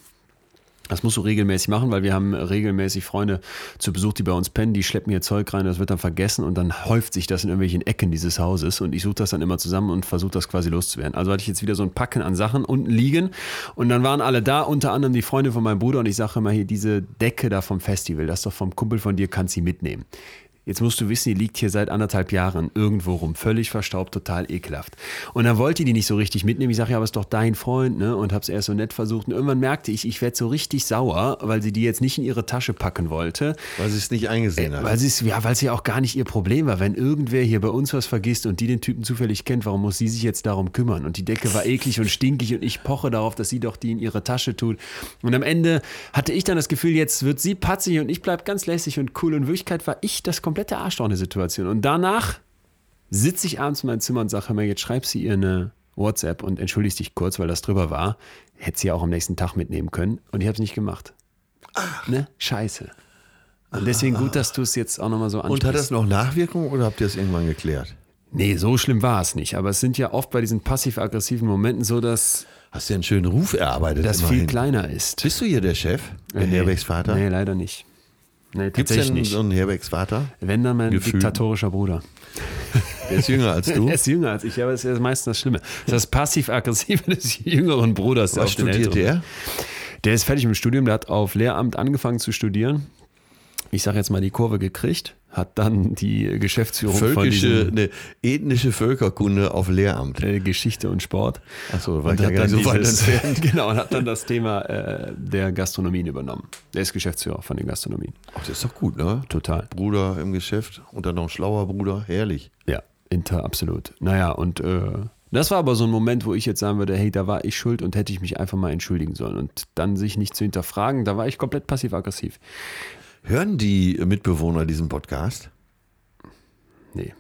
Das musst du regelmäßig machen, weil wir haben regelmäßig Freunde zu Besuch, die bei uns pennen, die schleppen ihr Zeug rein, das wird dann vergessen und dann häuft sich das in irgendwelchen Ecken dieses Hauses und ich suche das dann immer zusammen und versuche das quasi loszuwerden. Also hatte ich jetzt wieder so ein Packen an Sachen unten liegen und dann waren alle da, unter anderem die Freunde von meinem Bruder und ich sage immer hier, diese Decke da vom Festival, das ist doch vom Kumpel von dir, kannst sie mitnehmen. Jetzt musst du wissen, die liegt hier seit anderthalb Jahren irgendwo rum, völlig verstaubt, total ekelhaft. Und dann wollte die nicht so richtig mitnehmen. Ich sage, ja, aber ist doch dein Freund, ne? Und hab's erst so nett versucht. Und irgendwann merkte ich, ich werde so richtig sauer, weil sie die jetzt nicht in ihre Tasche packen wollte. Weil sie es nicht eingesehen hat. Weil sie es, ja, weil es ja auch gar nicht ihr Problem war. Wenn irgendwer hier bei uns was vergisst und die den Typen zufällig kennt, warum muss sie sich jetzt darum kümmern? Und die Decke war eklig und stinkig und ich poche darauf, dass sie doch die in ihre Tasche tut. Und am Ende hatte ich dann das Gefühl, jetzt wird sie patzig und ich bleib ganz lässig und cool. Und in Wirklichkeit war ich das komplette Arschloch in der Situation. Und danach sitze ich abends in meinem Zimmer und sage mir, jetzt schreib sie ihr eine WhatsApp und entschuldigst dich kurz, weil das drüber war. Hätte sie ja auch am nächsten Tag mitnehmen können. Und ich habe es nicht gemacht. Ach. Ne? Scheiße. Und deswegen gut, dass du es jetzt auch nochmal so ansprichst. Und hat das noch Nachwirkungen oder habt ihr es irgendwann geklärt? Nee, so schlimm war es nicht. Aber es sind ja oft bei diesen passiv-aggressiven Momenten so, dass Hast du einen schönen Ruf erarbeitet? das immerhin. viel kleiner ist. Bist du hier der Chef? Der nee. Herbergsvater? Nee, leider nicht. Nee, Gibt es tatsächlich denn nicht. so einen Herbergsvater? Wenn dann mein Gefühl? diktatorischer Bruder. Der ist jünger als du? Er ist jünger als ich, aber das ist ja meistens das Schlimme. Das ist das Passiv-Aggressive des jüngeren Bruders. Was auf den studiert Älteren. der? Der ist fertig mit dem Studium, der hat auf Lehramt angefangen zu studieren. Ich sage jetzt mal die Kurve gekriegt, hat dann die Geschäftsführung Völkische, von diesem, ne, ethnische Völkerkunde auf Lehramt. äh, Geschichte und Sport. Achso, war Und ich ja hat gar nicht dann so weit dieses- entfernt. Genau, und hat dann das Thema äh, der Gastronomien übernommen. Der ist Geschäftsführer von den Gastronomien. Ach, das ist doch gut, ne? Total. Bruder im Geschäft und dann noch ein schlauer Bruder, herrlich. Ja, inter, absolut. Naja, und äh, das war aber so ein Moment, wo ich jetzt sagen würde, hey, da war ich schuld und hätte ich mich einfach mal entschuldigen sollen. Und dann sich nicht zu hinterfragen, da war ich komplett passiv-aggressiv. Hören die Mitbewohner diesen Podcast? Nee.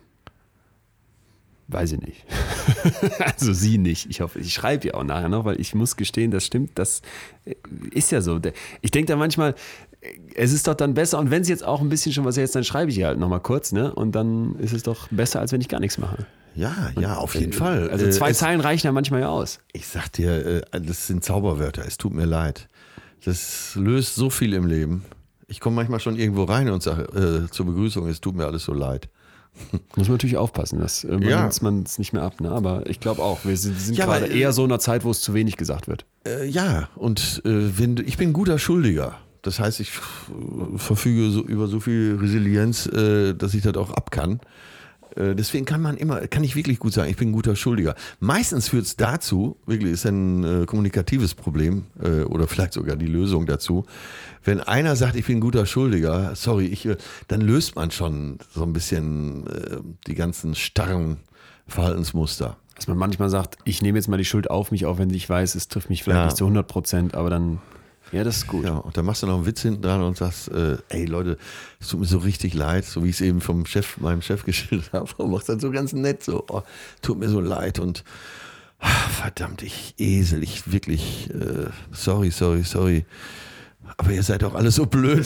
Weiß ich nicht. Also sie nicht. Ich hoffe, ich schreibe ja auch nachher noch, weil ich muss gestehen, das stimmt, das ist ja so. Ich denke da manchmal, es ist doch dann besser, und wenn es jetzt auch ein bisschen schon was jetzt, dann schreibe ich ja halt nochmal kurz, ne? Und dann ist es doch besser, als wenn ich gar nichts mache. Ja, ja, auf jeden Fall. Also Äh, zwei es, Zeilen reichen ja manchmal ja aus. Ich sag dir, äh, das sind Zauberwörter, es tut mir leid. Das löst so viel im Leben. Ich komme manchmal schon irgendwo rein und sage äh, zur Begrüßung, es tut mir alles so leid. Muss man natürlich aufpassen, dass irgendwann Ja. nimmt man es nicht mehr ab. Ne? Aber ich glaube auch, wir sind, wir sind Ja, gerade aber, äh, eher so in einer Zeit, wo es zu wenig gesagt wird. Äh, ja, und äh, wenn, du- ich bin ein guter Schuldiger. Das heißt, ich äh, verfüge so, über so viel Resilienz, äh, dass ich das auch ab kann. Äh, deswegen kann man immer, kann ich wirklich gut sagen, ich bin ein guter Schuldiger. Meistens führt es dazu, wirklich ist ein äh, kommunikatives Problem äh, oder vielleicht sogar die Lösung dazu. Wenn einer sagt, ich bin ein guter Schuldiger, sorry, ich, äh, dann löst man schon so ein bisschen äh, die ganzen starren Verhaltensmuster. Dass man manchmal sagt, ich nehme jetzt mal die Schuld auf mich, auch wenn ich weiß, es trifft mich vielleicht Ja. nicht zu hundert Prozent, aber dann Ja, das ist gut. Ja, und dann machst du noch einen Witz hinten dran und sagst, äh, ey Leute, es tut mir so richtig leid, so wie ich es eben vom Chef, meinem Chef geschildert habe. Und machst dann so ganz nett so, oh, tut mir so leid und ach, verdammt, ich Esel, ich wirklich, äh, sorry, sorry, sorry. Aber ihr seid auch alle so blöd.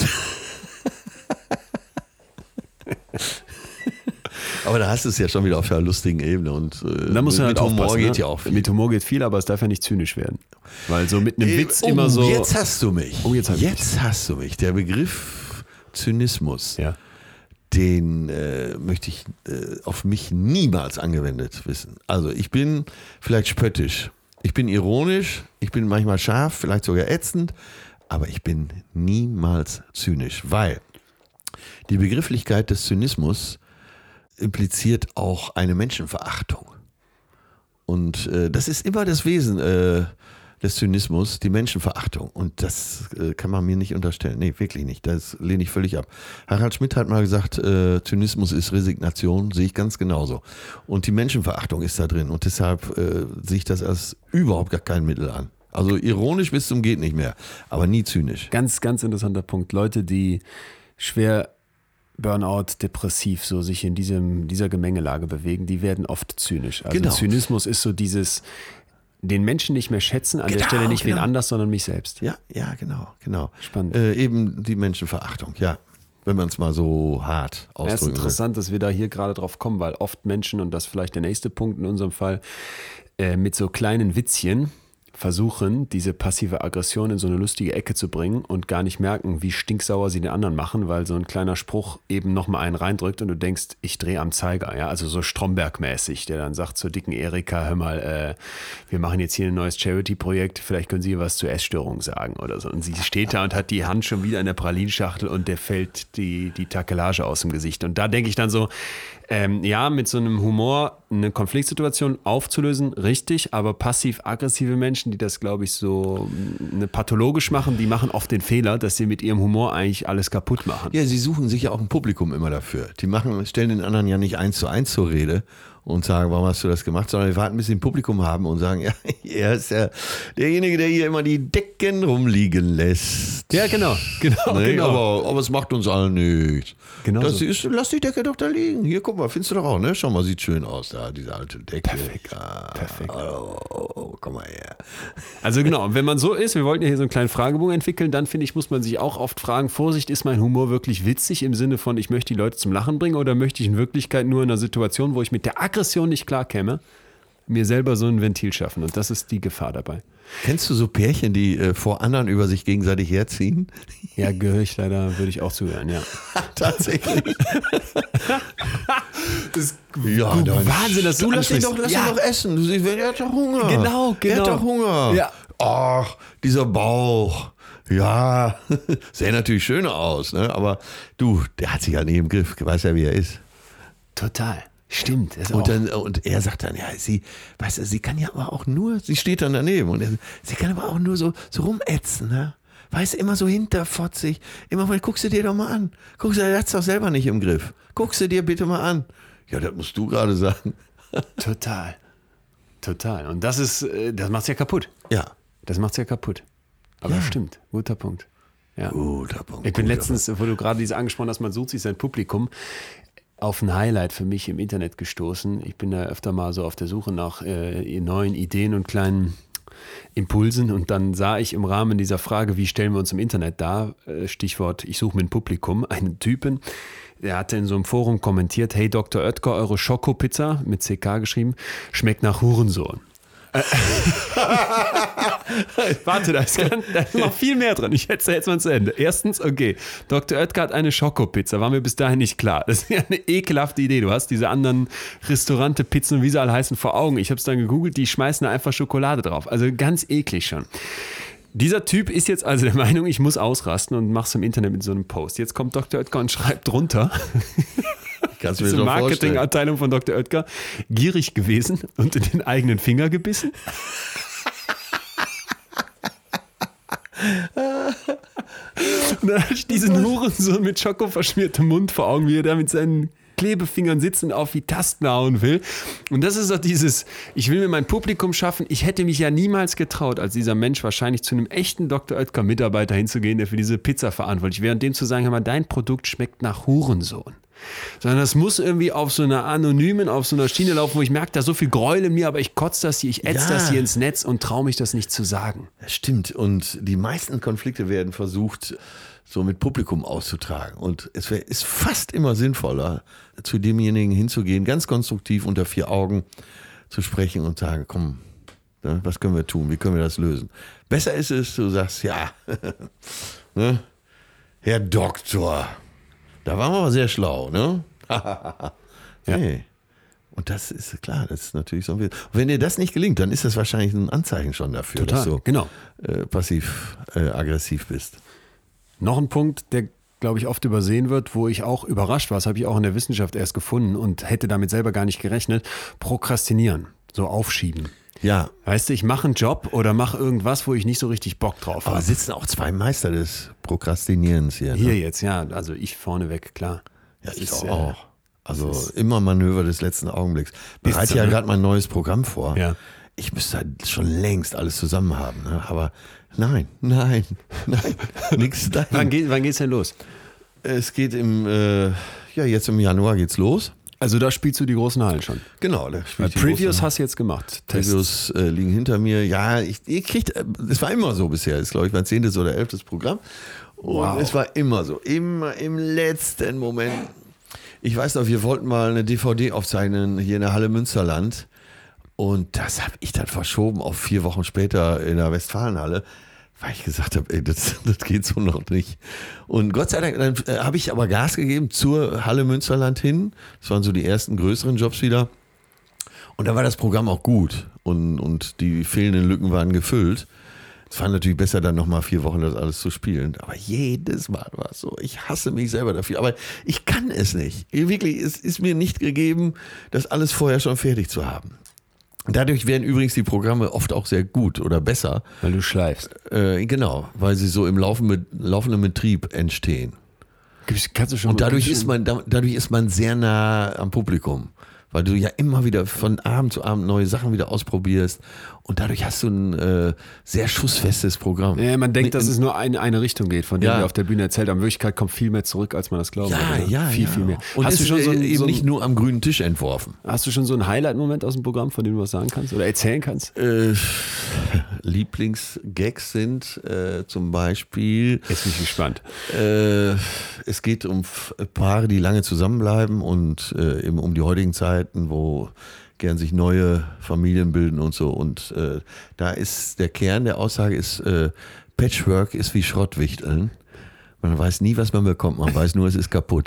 Aber da hast du es ja schon wieder auf einer lustigen Ebene und äh, da muss man mit halt Humor aufpassen, geht ne? ja auch viel. Mit Humor geht viel, aber es darf ja nicht zynisch werden. Weil so mit einem Äh, Witz oh, immer so... Jetzt hast du mich. Oh, jetzt hab ich jetzt hast du mich. Der Begriff Zynismus, Ja. den äh, möchte ich äh, auf mich niemals angewendet wissen. Also ich bin vielleicht spöttisch, ich bin ironisch, ich bin manchmal scharf, vielleicht sogar ätzend, aber ich bin niemals zynisch, weil die Begrifflichkeit des Zynismus impliziert auch eine Menschenverachtung. Und äh, das ist immer das Wesen äh, des Zynismus, die Menschenverachtung. Und das äh, kann man mir nicht unterstellen. Nee, wirklich nicht. Das lehne ich völlig ab. Harald Schmidt hat mal gesagt, äh, Zynismus ist Resignation, sehe ich ganz genauso. Und die Menschenverachtung ist da drin. Und deshalb äh, sehe ich das als überhaupt gar kein Mittel an. Also ironisch bis zum geht nicht mehr, aber nie zynisch. Ganz, ganz interessanter Punkt. Leute, die schwer Burnout, depressiv, so sich in diesem, dieser Gemengelage bewegen, die werden oft zynisch. Also Genau. Zynismus ist so dieses, den Menschen nicht mehr schätzen, an Genau, der Stelle nicht genau. wen anders, sondern mich selbst. Ja, ja, genau, genau. Spannend. Äh, eben die Menschenverachtung, ja. Wenn man es mal so hart Ja, es ist ausdrücken will. interessant, dass wir da hier gerade drauf kommen, weil oft Menschen, und das ist vielleicht der nächste Punkt in unserem Fall, äh, mit so kleinen Witzchen versuchen, diese passive Aggression in so eine lustige Ecke zu bringen und gar nicht merken, wie stinksauer sie den anderen machen, weil so ein kleiner Spruch eben nochmal einen reindrückt und du denkst, ich drehe am Zeiger, ja, also so Stromberg-mäßig, der dann sagt zur dicken Erika, hör mal, äh, wir machen jetzt hier ein neues Charity-Projekt, vielleicht können Sie was zur Essstörung sagen oder so. Und sie steht da und hat die Hand schon wieder in der Pralinschachtel und der fällt die, die Takelage aus dem Gesicht. Und da denke ich dann so, ähm, ja, mit so einem Humor eine Konfliktsituation aufzulösen, richtig, aber passiv-aggressive Menschen, die das, glaube ich, so eine pathologisch machen, die machen oft den Fehler, dass sie mit ihrem Humor eigentlich alles kaputt machen. Ja, sie suchen sich ja auch ein Publikum immer dafür. Die machen, stellen den anderen ja nicht eins zu eins zur Rede und sagen, warum hast du das gemacht, sondern wir warten, bis sie ein Publikum haben und sagen, ja, er ist ja derjenige, der hier immer die Decken rumliegen lässt. Ja, genau, genau, Nee, genau. aber, aber es macht uns allen nichts. Genau Das so. ist, lass die Decke doch da liegen. Hier, guck mal, findest du doch auch, ne? Schau mal, sieht schön aus da, diese alte Decke. Perfekt, Ja, perfekt. Oh, oh, oh, komm mal her. Also genau, wenn man so ist, wir wollten ja hier so einen kleinen Fragebogen entwickeln, dann finde ich, muss man sich auch oft fragen, Vorsicht, ist mein Humor wirklich witzig im Sinne von, ich möchte die Leute zum Lachen bringen oder möchte ich in Wirklichkeit nur in einer Situation, wo ich mit der Aggression nicht klarkäme, mir selber so ein Ventil schaffen und das ist die Gefahr dabei. Kennst du so Pärchen, die äh, vor anderen über sich gegenseitig herziehen? Ja, gehöre ich leider, würde ich auch zuhören, ja. Tatsächlich. Das Ja, du, dann- Wahnsinn, dass du, Du lass ihn ansprichst. doch, lass ja. ihn doch essen. Du siehst, er hat doch Hunger. Genau, Er hat genau. doch Hunger. Ja. Ach, dieser Bauch. Ja, sähe natürlich schöner aus, ne? Aber du, der hat sich ja nicht im Griff. Weiß ja, wie er ist. Total. Stimmt. Das Und, auch. dann, und er sagt dann, ja, sie, weißt du, sie kann ja aber auch nur, sie steht dann daneben und er, sie kann aber auch nur so, so rumätzen, ne? Weißt du, immer so hinterfotzig. Immer mal, guck sie dir doch mal an. Guck sie, er hat's doch selber nicht im Griff. Guck sie dir bitte mal an. Ja, das musst du gerade sagen. Total. Total. Und das ist, äh, das macht's ja kaputt. Ja. Das macht's ja kaputt. Aber Ja. stimmt. Guter Punkt. Ja. Guter Punkt. Ich bin guter letztens, wo du gerade diese angesprochen hast, man sucht sich sein Publikum, auf ein Highlight für mich im Internet gestoßen. Ich bin da öfter mal so auf der Suche nach äh, neuen Ideen und kleinen Impulsen und dann sah ich im Rahmen dieser Frage, wie stellen wir uns im Internet dar, äh, Stichwort, ich suche mir ein Publikum, einen Typen, der hatte in so einem Forum kommentiert, hey Doktor Oetker, eure Schokopizza, mit C K geschrieben, schmeckt nach Hurensohn. Warte, da ist, ganz, da ist noch viel mehr drin. Ich hätte jetzt mal zu Ende. Erstens, okay, Doktor Oetker hat eine Schokopizza. War mir bis dahin nicht klar. Das ist ja eine ekelhafte Idee. Du hast diese anderen Restaurante, Pizzen, wie sie alle heißen, vor Augen. Ich habe es dann gegoogelt, die schmeißen da einfach Schokolade drauf. Also ganz eklig schon. Dieser Typ ist jetzt also der Meinung, ich muss ausrasten und mach's im Internet mit so einem Post. Jetzt kommt Doktor Oetker und schreibt drunter. Kannst du mir Diese schon vorstellen. Marketingabteilung von Doktor Oetker gierig gewesen und in den eigenen Finger gebissen. Und dann hatte ich diesen Hurensohn mit Schoko verschmiertem Mund vor Augen, wie er da mit seinen Klebefingern sitzen auf wie Tasten hauen will. Und das ist doch dieses, ich will mir mein Publikum schaffen. Ich hätte mich ja niemals getraut, als dieser Mensch wahrscheinlich zu einem echten Doktor Oetker Mitarbeiter hinzugehen, der für diese Pizza verantwortlich wäre und dem zu sagen, hör mal, dein Produkt schmeckt nach Hurensohn. Sondern das muss irgendwie auf so einer anonymen, auf so einer Schiene laufen, wo ich merke, da so viel Gräuel in mir, aber ich kotze das hier, ich ätze Ja. das hier ins Netz und traue mich das nicht zu sagen. Das stimmt. Und die meisten Konflikte werden versucht, so mit Publikum auszutragen. Und es wär, ist fast immer sinnvoller, zu demjenigen hinzugehen, ganz konstruktiv unter vier Augen zu sprechen und sagen, komm, ne, was können wir tun? Wie können wir das lösen? Besser ist es, du sagst, ja, ne, Herr Doktor, da waren wir aber sehr schlau, ne? Ja. Nee. Und das ist klar, das ist natürlich so ein Bild. Und wenn dir das nicht gelingt, dann ist das wahrscheinlich ein Anzeichen schon dafür, Total, dass du genau. äh, passiv-aggressiv bist. Noch ein Punkt, der, glaube ich, oft übersehen wird, wo ich auch überrascht war, das habe ich auch in der Wissenschaft erst gefunden und hätte damit selber gar nicht gerechnet, Prokrastinieren, so aufschieben. Ja, Weißt du, ich mache einen Job oder mache irgendwas, wo ich nicht so richtig Bock drauf aber habe. sitzen auch zwei Meister des Prokrastinierens hier. Ne? Hier jetzt, ja, also ich vorneweg, klar. Ja, Das ich ist, auch. äh, auch. Also immer Manöver des letzten Augenblicks. Bereite so, ja ne? gerade mein neues Programm vor. Ja. Ich müsste halt schon längst alles zusammen haben. Ne? Aber nein, nein, nein, nichts da. Wann, geht, wann geht's denn los? Es geht im, äh, ja, jetzt im Januar geht's los. Also da spielst du die großen Hallen schon. Genau. Da spiel Weil ich die Previews großen- hast du jetzt gemacht. Tests. Previews äh, liegen hinter mir. Ja, ich, ich kriegt, es war immer so bisher. Das ist, glaube ich, mein zehntes oder elftes Programm. Und Wow. es war immer so. Immer im letzten Moment. Ich weiß noch, wir wollten mal eine D V D aufzeichnen hier in der Halle Münsterland. Und das habe ich dann verschoben auf vier Wochen später in der Westfalenhalle, weil ich gesagt habe, ey, das, das geht so noch nicht. Und Gott sei Dank, dann äh, habe ich aber Gas gegeben zur Halle Münsterland hin. Das waren so die ersten größeren Jobs wieder. Und da war das Programm auch gut und, und die fehlenden Lücken waren gefüllt. Es war natürlich besser, dann nochmal vier Wochen das alles zu spielen. Aber jedes Mal war es so. Ich hasse mich selber dafür. Aber ich kann es nicht. Wirklich, es ist mir nicht gegeben, das alles vorher schon fertig zu haben. Dadurch werden übrigens die Programme oft auch sehr gut oder besser. Weil du schleifst. Äh, genau, weil sie so im laufenden, laufenden Betrieb entstehen. Kannst du schon Und mal- dadurch ist man, dadurch ist man sehr nah am Publikum. Weil du ja immer wieder von Abend zu Abend neue Sachen wieder ausprobierst. Und dadurch hast du ein äh, sehr schussfestes Programm. Ja, man denkt, Nee, dass es nur in eine Richtung geht, von dem Ja. wir auf der Bühne erzählt haben. In Wirklichkeit kommt viel mehr zurück, als man das glaubt. Ja, oder? ja, Viel, ja. viel mehr. Und hast, ist du schon so ein, eben so nicht ein, nur am grünen Tisch entworfen. hast du schon so einen Highlight-Moment aus dem Programm, von dem du was sagen kannst oder erzählen kannst? Äh, Lieblingsgags sind äh, zum Beispiel, Jetzt bin ich gespannt. äh, es geht um F- Paare, die lange zusammenbleiben und äh, eben um die heutigen Zeiten, wo gern sich neue Familien bilden und so. Und äh, da ist der Kern der Aussage ist, äh, Patchwork ist wie Schrottwichteln. Man weiß nie, was man bekommt, man weiß nur, es ist kaputt.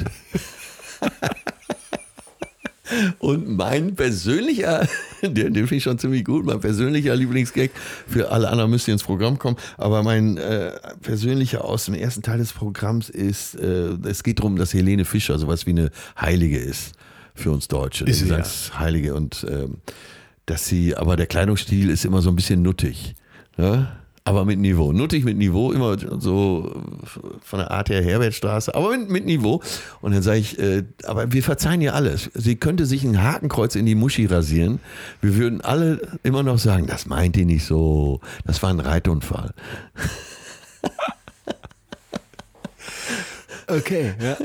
Und mein persönlicher, den, den finde ich schon ziemlich gut, mein persönlicher Lieblingsgag, für alle anderen müsst ihr ins Programm kommen, aber mein äh, persönlicher aus dem ersten Teil des Programms ist, äh, es geht darum, dass Helene Fischer sowas wie eine Heilige ist für uns Deutsche. Ist sie, ja. als Heilige und ähm, dass sie, aber der Kleidungsstil ist immer so ein bisschen nuttig. Ja? Aber mit Niveau. Nuttig mit Niveau, immer so von der Art her Herbertstraße, aber mit, mit Niveau. Und dann sage ich, äh, aber wir verzeihen ihr alles. Sie könnte sich ein Hakenkreuz in die Muschi rasieren. Wir würden alle immer noch sagen, das meint die nicht so. Das war ein Reitunfall. Okay, ja.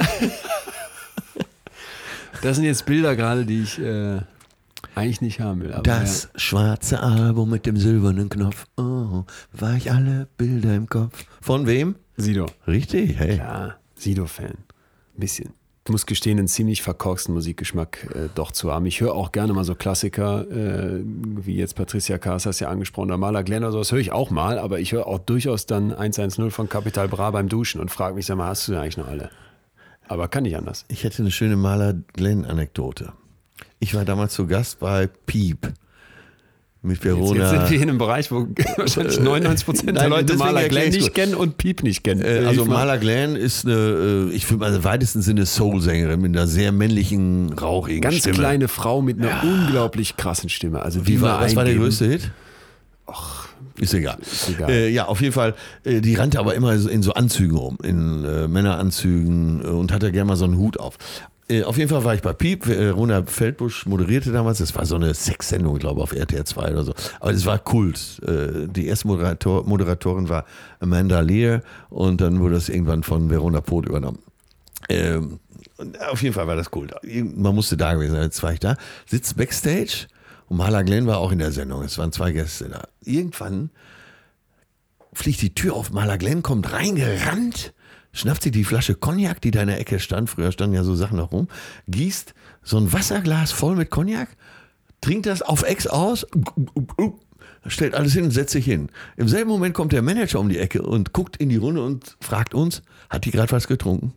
Das sind jetzt Bilder gerade, die ich äh, eigentlich nicht haben will. Aber Das ja. schwarze Album mit dem silbernen Knopf. Oh, war ich alle Bilder im Kopf. Von wem? Sido. Richtig, hey. Ja, Sido-Fan. Ein bisschen. Ich muss gestehen, einen ziemlich verkorksten Musikgeschmack äh, doch zu haben. Ich höre auch gerne mal so Klassiker, äh, wie jetzt Patricia Kaas, hast ja angesprochen, oder Maler Glenn oder sowas, höre ich auch mal, aber ich höre auch durchaus dann eins eins null von Capital Bra beim Duschen und frage mich, sag mal, hast du denn eigentlich noch alle? Aber kann nicht anders. Ich hätte eine schöne Maler-Glenn-Anekdote. Ich war damals zu Gast bei Piep mit Verona. Jetzt, jetzt sind wir in einem Bereich, wo wahrscheinlich neunundneunzig Prozent der Nein, Leute deswegen Maler erklär Glenn ich's nicht gut. kennen und Piep nicht kennen. Äh, also Ich mal- Maler Glenn ist eine, äh, ich würde mal im weitesten Sinne Soul-Sängerin mit einer sehr männlichen, rauchigen ganz Stimme. kleine Frau mit einer unglaublich krassen Stimme. Also Wie die war, mal was war der eingeben. größte Hit? Ach, Ist egal. ist egal. Äh, ja, auf jeden Fall. Äh, die rannte aber immer so in so Anzügen rum, in äh, Männeranzügen äh, und hatte gerne mal so einen Hut auf. Äh, auf jeden Fall war ich bei Piep. Äh, Rona Feldbusch moderierte damals. Das war so eine Sexsendung, ich glaube, auf R T R zwei oder so. Aber es war Kult. Äh, die erste Moderator, Moderatorin war Amanda Lear und dann wurde das irgendwann von Verona Poth übernommen. Ähm, auf jeden Fall war das cool. Man musste da gewesen sein. Jetzt war ich da, sitze Backstage und Marla Glenn war auch in der Sendung. Es waren zwei Gäste da. Irgendwann fliegt die Tür auf. Marla Glenn kommt reingerannt, schnappt sich die Flasche Cognac, die da in der Ecke stand. Früher standen ja so Sachen noch rum. Gießt so ein Wasserglas voll mit Cognac, trinkt das auf Ex aus, stellt alles hin und setzt sich hin. Im selben Moment kommt der Manager um die Ecke und guckt in die Runde und fragt uns, hat die gerade was getrunken?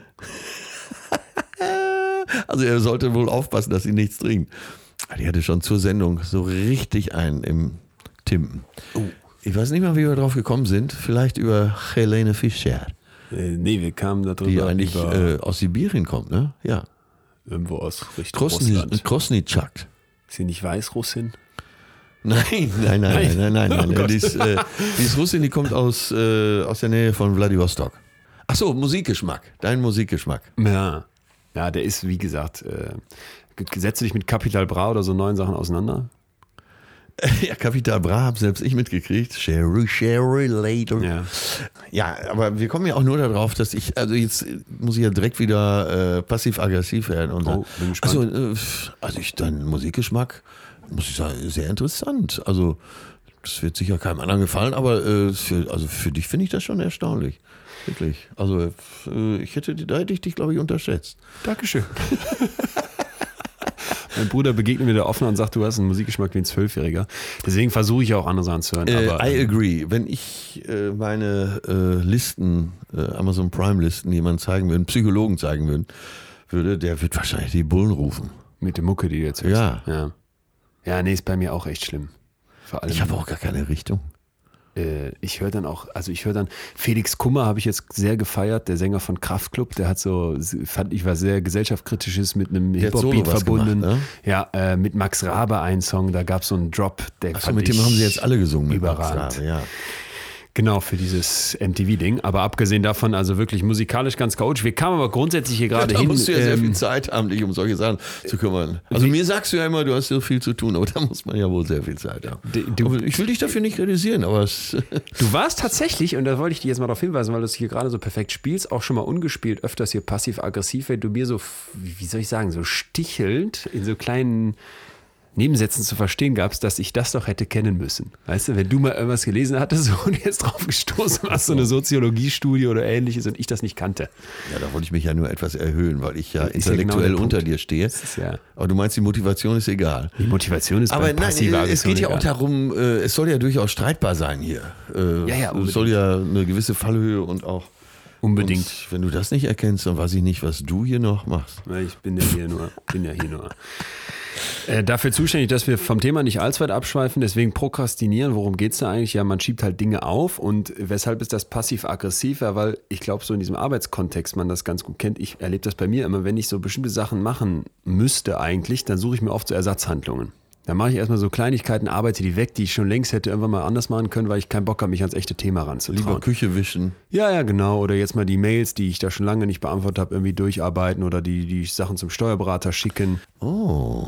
Also er sollte wohl aufpassen, dass sie nichts trinkt. Die hatte schon zur Sendung so richtig einen im Timpen. Oh. Ich weiß nicht mal, wie wir drauf gekommen sind. Vielleicht über Helene Fischer. Äh, nee, wir kamen da drüber. Die eigentlich äh, aus Sibirien kommt, ne? Ja. Irgendwo aus Richtung Russland. Krosnitschak. Ist sie nicht Weißrussin? Nein, nein, nein, nein, nein, nein. nein. Oh die, ist, äh, die ist Russin, die kommt aus, äh, aus der Nähe von Vladivostok. Ach so, Musikgeschmack. Dein Musikgeschmack. Ja. Ja, der ist, wie gesagt, äh, setzt du dich mit Capital Bra oder so neuen Sachen auseinander? Ja, Capital Bra habe selbst ich mitgekriegt. Sherry, Sherry, later. Ja. Ja, aber wir kommen ja auch nur darauf, dass ich, also jetzt muss ich ja direkt wieder äh, passiv-aggressiv werden. Und oh, bin gespannt. Also, äh, also ich, dein Musikgeschmack, muss ich sagen, sehr interessant. Also, das wird sicher keinem anderen gefallen, aber äh, für, also für dich finde ich das schon erstaunlich. Wirklich. Also, äh, ich hätte, da hätte ich dich, glaube ich, unterschätzt. Dankeschön. Mein Bruder begegnet mir da offen und sagt, du hast einen Musikgeschmack wie ein Zwölfjähriger. Deswegen versuche ich auch andere Sachen zu hören. Äh, aber, I agree. Wenn ich äh, meine äh, Listen, äh, Amazon Prime Listen, jemand zeigen würde, einen Psychologen zeigen würde, würde, der wird wahrscheinlich die Bullen rufen. Mit der Mucke, die du jetzt hörst. Ja. Ja, ja, nee, ist bei mir auch echt schlimm. Vor allem, ich habe auch gar keine Richtung. Ich höre dann auch, also ich höre dann, Felix Kummer habe ich jetzt sehr gefeiert, der Sänger von Kraftklub, der hat so, fand ich, war sehr gesellschaftskritisches mit einem Hip-Hop-Beat verbunden. Gemacht, ne? Ja, äh, mit Max Rabe ein Song, da gab es so einen Drop, der Achso, mit dem haben sie jetzt alle gesungen. Mit überragend. Max Rabe, ja. Genau, für dieses M T V-Ding. Aber abgesehen davon, also wirklich musikalisch ganz chaotisch. Wir kamen aber grundsätzlich hier gerade ja, da hin. Da musst du ja ähm, sehr viel ähm, Zeit haben, dich um solche Sachen zu kümmern. Also mir sagst du ja immer, du hast so viel zu tun, aber da muss man ja wohl sehr viel Zeit haben. Du, ich will dich dafür nicht kritisieren, aber es du warst tatsächlich, und da wollte ich dich jetzt mal darauf hinweisen, weil du es hier gerade so perfekt spielst, auch schon mal ungespielt, öfters hier passiv-aggressiv, wenn du mir so, wie soll ich sagen, so stichelnd in so kleinen Nebensätzen zu verstehen gabst, dass ich das doch hätte kennen müssen. Weißt du, wenn du mal irgendwas gelesen hattest und jetzt drauf gestoßen hast, so eine Soziologiestudie oder ähnliches und ich das nicht kannte. Ja, da wollte ich mich ja nur etwas erhöhen, weil ich ja intellektuell ja genau unter dir stehe. Ja aber du meinst, die Motivation ist egal. Die Motivation ist aber nein, es geht ja auch darum, es soll ja durchaus streitbar sein hier. Ja, ja, es soll ja eine gewisse Fallhöhe und auch unbedingt. Und wenn du das nicht erkennst, dann weiß ich nicht, was du hier noch machst. Ich bin ja hier nur, bin ja hier nur Äh, dafür zuständig, dass wir vom Thema nicht allzu weit abschweifen, deswegen prokrastinieren. Worum geht es da eigentlich? Ja, man schiebt halt Dinge auf und weshalb ist das passiv-aggressiv? Ja, weil ich glaube, so in diesem Arbeitskontext man das ganz gut kennt. Ich erlebe das bei mir immer, wenn ich so bestimmte Sachen machen müsste eigentlich, dann suche ich mir oft so Ersatzhandlungen. Dann mache ich erstmal so Kleinigkeiten, arbeite die weg, die ich schon längst hätte irgendwann mal anders machen können, weil ich keinen Bock habe, mich ans echte Thema ranzutrauen. Lieber Küche wischen. Ja, ja, genau. Oder jetzt mal die Mails, die ich da schon lange nicht beantwortet habe, irgendwie durcharbeiten oder die, die Sachen zum Steuerberater schicken. Oh,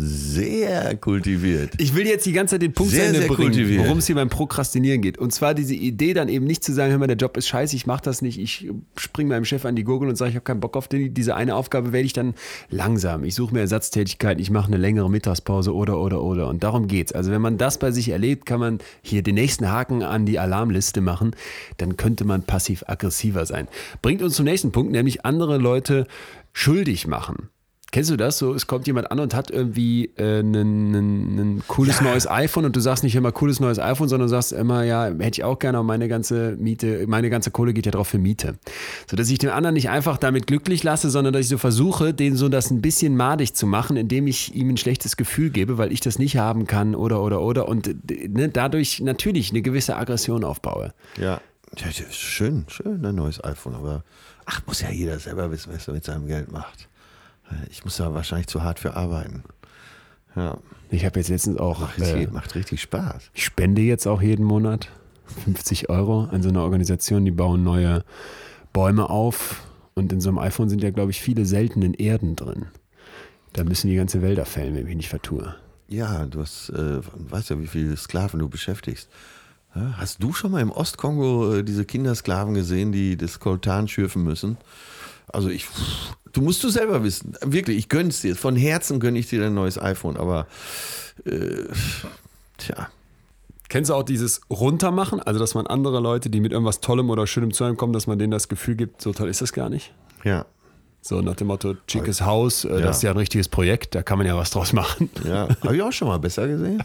sehr kultiviert. Ich will jetzt die ganze Zeit den Punkt sehr, zu Ende sehr bringen, worum es hier beim Prokrastinieren geht. Und zwar diese Idee dann eben nicht zu sagen, hör mal, der Job ist scheiße, ich mache das nicht, ich springe meinem Chef an die Gurgel und sage, ich habe keinen Bock auf den, diese eine Aufgabe, werde ich dann langsam. Ich suche mir Ersatztätigkeiten, ich mache eine längere Mittagspause oder, oder, oder. Und darum geht's. Also wenn man das bei sich erlebt, kann man hier den nächsten Haken an die Alarmliste machen, dann könnte man passiv-aggressiver sein. Bringt uns zum nächsten Punkt, nämlich andere Leute schuldig machen. Kennst du das? So, es kommt jemand an und hat irgendwie äh, ein, ein, ein cooles ja. neues iPhone und du sagst nicht immer cooles neues iPhone, sondern du sagst immer, ja, hätte ich auch gerne, aber meine ganze Miete, meine ganze Kohle geht ja drauf für Miete. So, dass ich den anderen nicht einfach damit glücklich lasse, sondern dass ich so versuche, den so das ein bisschen madig zu machen, indem ich ihm ein schlechtes Gefühl gebe, weil ich das nicht haben kann oder, oder, oder und ne, dadurch natürlich eine gewisse Aggression aufbaue. Ja, ja schön, schön, ein neues iPhone, aber ach, muss ja jeder selber wissen, was er mit seinem Geld macht. Ich muss da wahrscheinlich zu hart für arbeiten. Ja. Ich habe jetzt letztens auch... Macht, äh, macht richtig Spaß. Ich spende jetzt auch jeden Monat fünfzig Euro an so eine Organisation, die bauen neue Bäume auf. Und in so einem iPhone sind ja, glaube ich, viele seltenen Erden drin. Da müssen die ganze Wälder fällen, wenn ich mich nicht vertue. Ja, du hast, äh, weißt ja, wie viele Sklaven du beschäftigst. Ja, hast du schon mal im Ostkongo äh, diese Kindersklaven gesehen, die das Koltan schürfen müssen? Also ich, du musst du selber wissen. Wirklich, ich gönn's dir. Von Herzen gönne ich dir ein neues iPhone, aber äh, tja. Kennst du auch dieses Runtermachen? Also, dass man andere Leute, die mit irgendwas Tollem oder Schönem zu einem kommen, dass man denen das Gefühl gibt, so toll ist das gar nicht? Ja. So nach dem Motto, schickes Haus, äh, Ja. das ist ja ein richtiges Projekt, da kann man ja was draus machen. Ja, habe ich auch schon mal besser gesehen.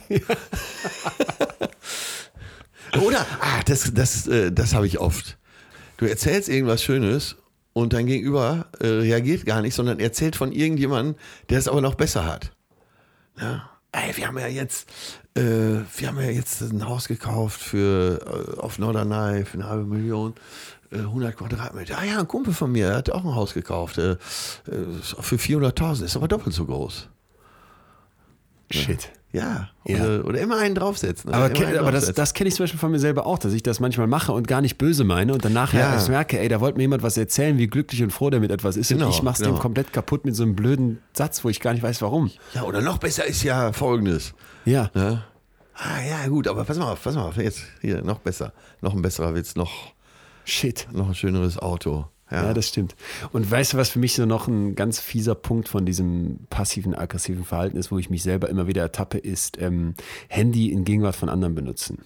Oder, ah, das, das, äh, das habe ich oft. Du erzählst irgendwas Schönes und dein Gegenüber äh, reagiert gar nicht, sondern erzählt von irgendjemandem, der es aber noch besser hat. Ja. Ey, wir haben ja jetzt, äh, wir haben ja jetzt ein Haus gekauft für äh, auf Norderney für eine halbe Million. hundert Quadratmeter. Ah ja, ein Kumpel von mir, der hat auch ein Haus gekauft. Äh, für vierhunderttausend, ist aber doppelt so groß. Shit. Ja, Ja. Oder, oder immer einen draufsetzen. Aber, immer kenn, einen aber das, draufsetzen. das kenne ich zum Beispiel von mir selber auch, dass ich das manchmal mache und gar nicht böse meine und dann nachher Ja. erst merke, ey, da wollte mir jemand was erzählen, wie glücklich und froh der mit etwas ist Genau, und ich mach's genau. dem komplett kaputt mit so einem blöden Satz, wo ich gar nicht weiß, warum. Ja, oder noch besser ist ja Folgendes. Ja. Ne? Ah ja, gut, aber pass mal auf, pass mal auf, jetzt hier, noch besser. Noch ein besserer Witz, noch, Shit. noch ein schöneres Auto. Ja. Ja, das stimmt. Und weißt du, was für mich so noch ein ganz fieser Punkt von diesem passiven, aggressiven Verhalten ist, wo ich mich selber immer wieder ertappe, ist ähm, Handy in Gegenwart von anderen benutzen.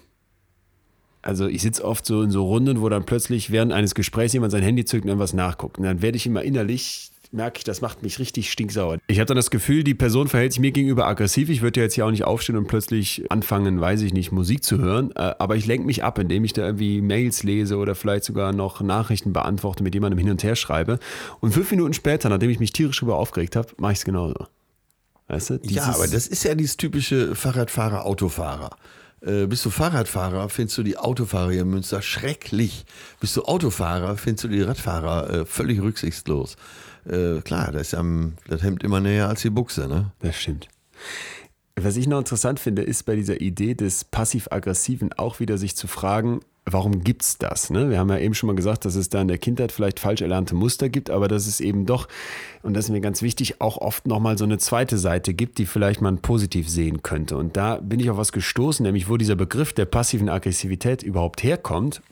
Also ich sitze oft so in so Runden, wo dann plötzlich während eines Gesprächs jemand sein Handy zückt und irgendwas nachguckt. Und dann werde ich immer innerlich, merke ich, das macht mich richtig stinksauer. Ich habe dann das Gefühl, die Person verhält sich mir gegenüber aggressiv. Ich würde ja jetzt hier auch nicht aufstehen und plötzlich anfangen, weiß ich nicht, Musik zu hören. Äh, Aber ich lenke mich ab, indem ich da irgendwie Mails lese oder vielleicht sogar noch Nachrichten beantworte, mit jemandem hin und her schreibe. Und fünf Minuten später, nachdem ich mich tierisch darüber aufgeregt habe, mache ich es genauso. Weißt du? ja, Dieses- aber das ist ja dieses typische Fahrradfahrer, Autofahrer. Äh, bist du Fahrradfahrer, findest du die Autofahrer hier in Münster schrecklich. Bist du Autofahrer, findest du die Radfahrer äh, völlig rücksichtslos. Äh, klar, das, ist ja, das Hemd immer näher als die Buchse, ne? Das stimmt. Was ich noch interessant finde, ist bei dieser Idee des Passiv-Aggressiven auch wieder sich zu fragen, warum gibt es das? Ne? Wir haben ja eben schon mal gesagt, dass es da in der Kindheit vielleicht falsch erlernte Muster gibt, aber dass es eben doch, und das ist mir ganz wichtig, auch oft nochmal so eine zweite Seite gibt, die vielleicht man positiv sehen könnte. Und da bin ich auf was gestoßen, nämlich wo dieser Begriff der passiven Aggressivität überhaupt herkommt.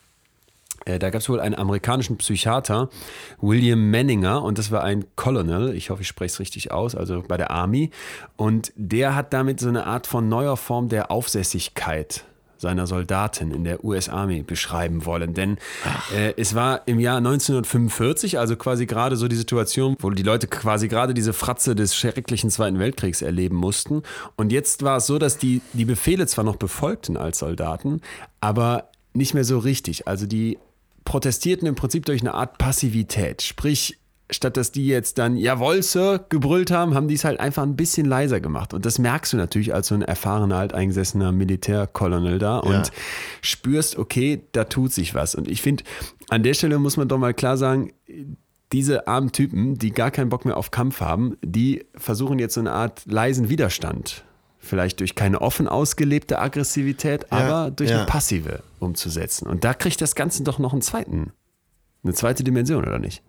Äh, Da gab es wohl einen amerikanischen Psychiater, William Menninger, und das war ein Colonel, ich hoffe, ich spreche es richtig aus, also bei der Army. Und der hat damit so eine Art von neuer Form der Aufsässigkeit seiner Soldaten in der U S Army beschreiben wollen. Denn äh, es war im Jahr neunzehnhundertfünfundvierzig, also quasi gerade so die Situation, wo die Leute quasi gerade diese Fratze des schrecklichen Zweiten Weltkriegs erleben mussten. Und jetzt war es so, dass die die Befehle zwar noch befolgten als Soldaten, aber nicht mehr so richtig. Also die protestierten im Prinzip durch eine Art Passivität. Sprich, statt dass die jetzt dann Jawohl, Sir, gebrüllt haben, haben die es halt einfach ein bisschen leiser gemacht. Und das merkst du natürlich als so ein erfahrener, alteingesessener Militärkolonel da und Ja. spürst, okay, da tut sich was. Und ich finde, an der Stelle muss man doch mal klar sagen, diese armen Typen, die gar keinen Bock mehr auf Kampf haben, die versuchen jetzt so eine Art leisen Widerstand, vielleicht durch keine offen ausgelebte Aggressivität, Ja, aber durch ja. eine passive umzusetzen. Und da kriegt das Ganze doch noch einen zweiten, eine zweite Dimension, oder nicht?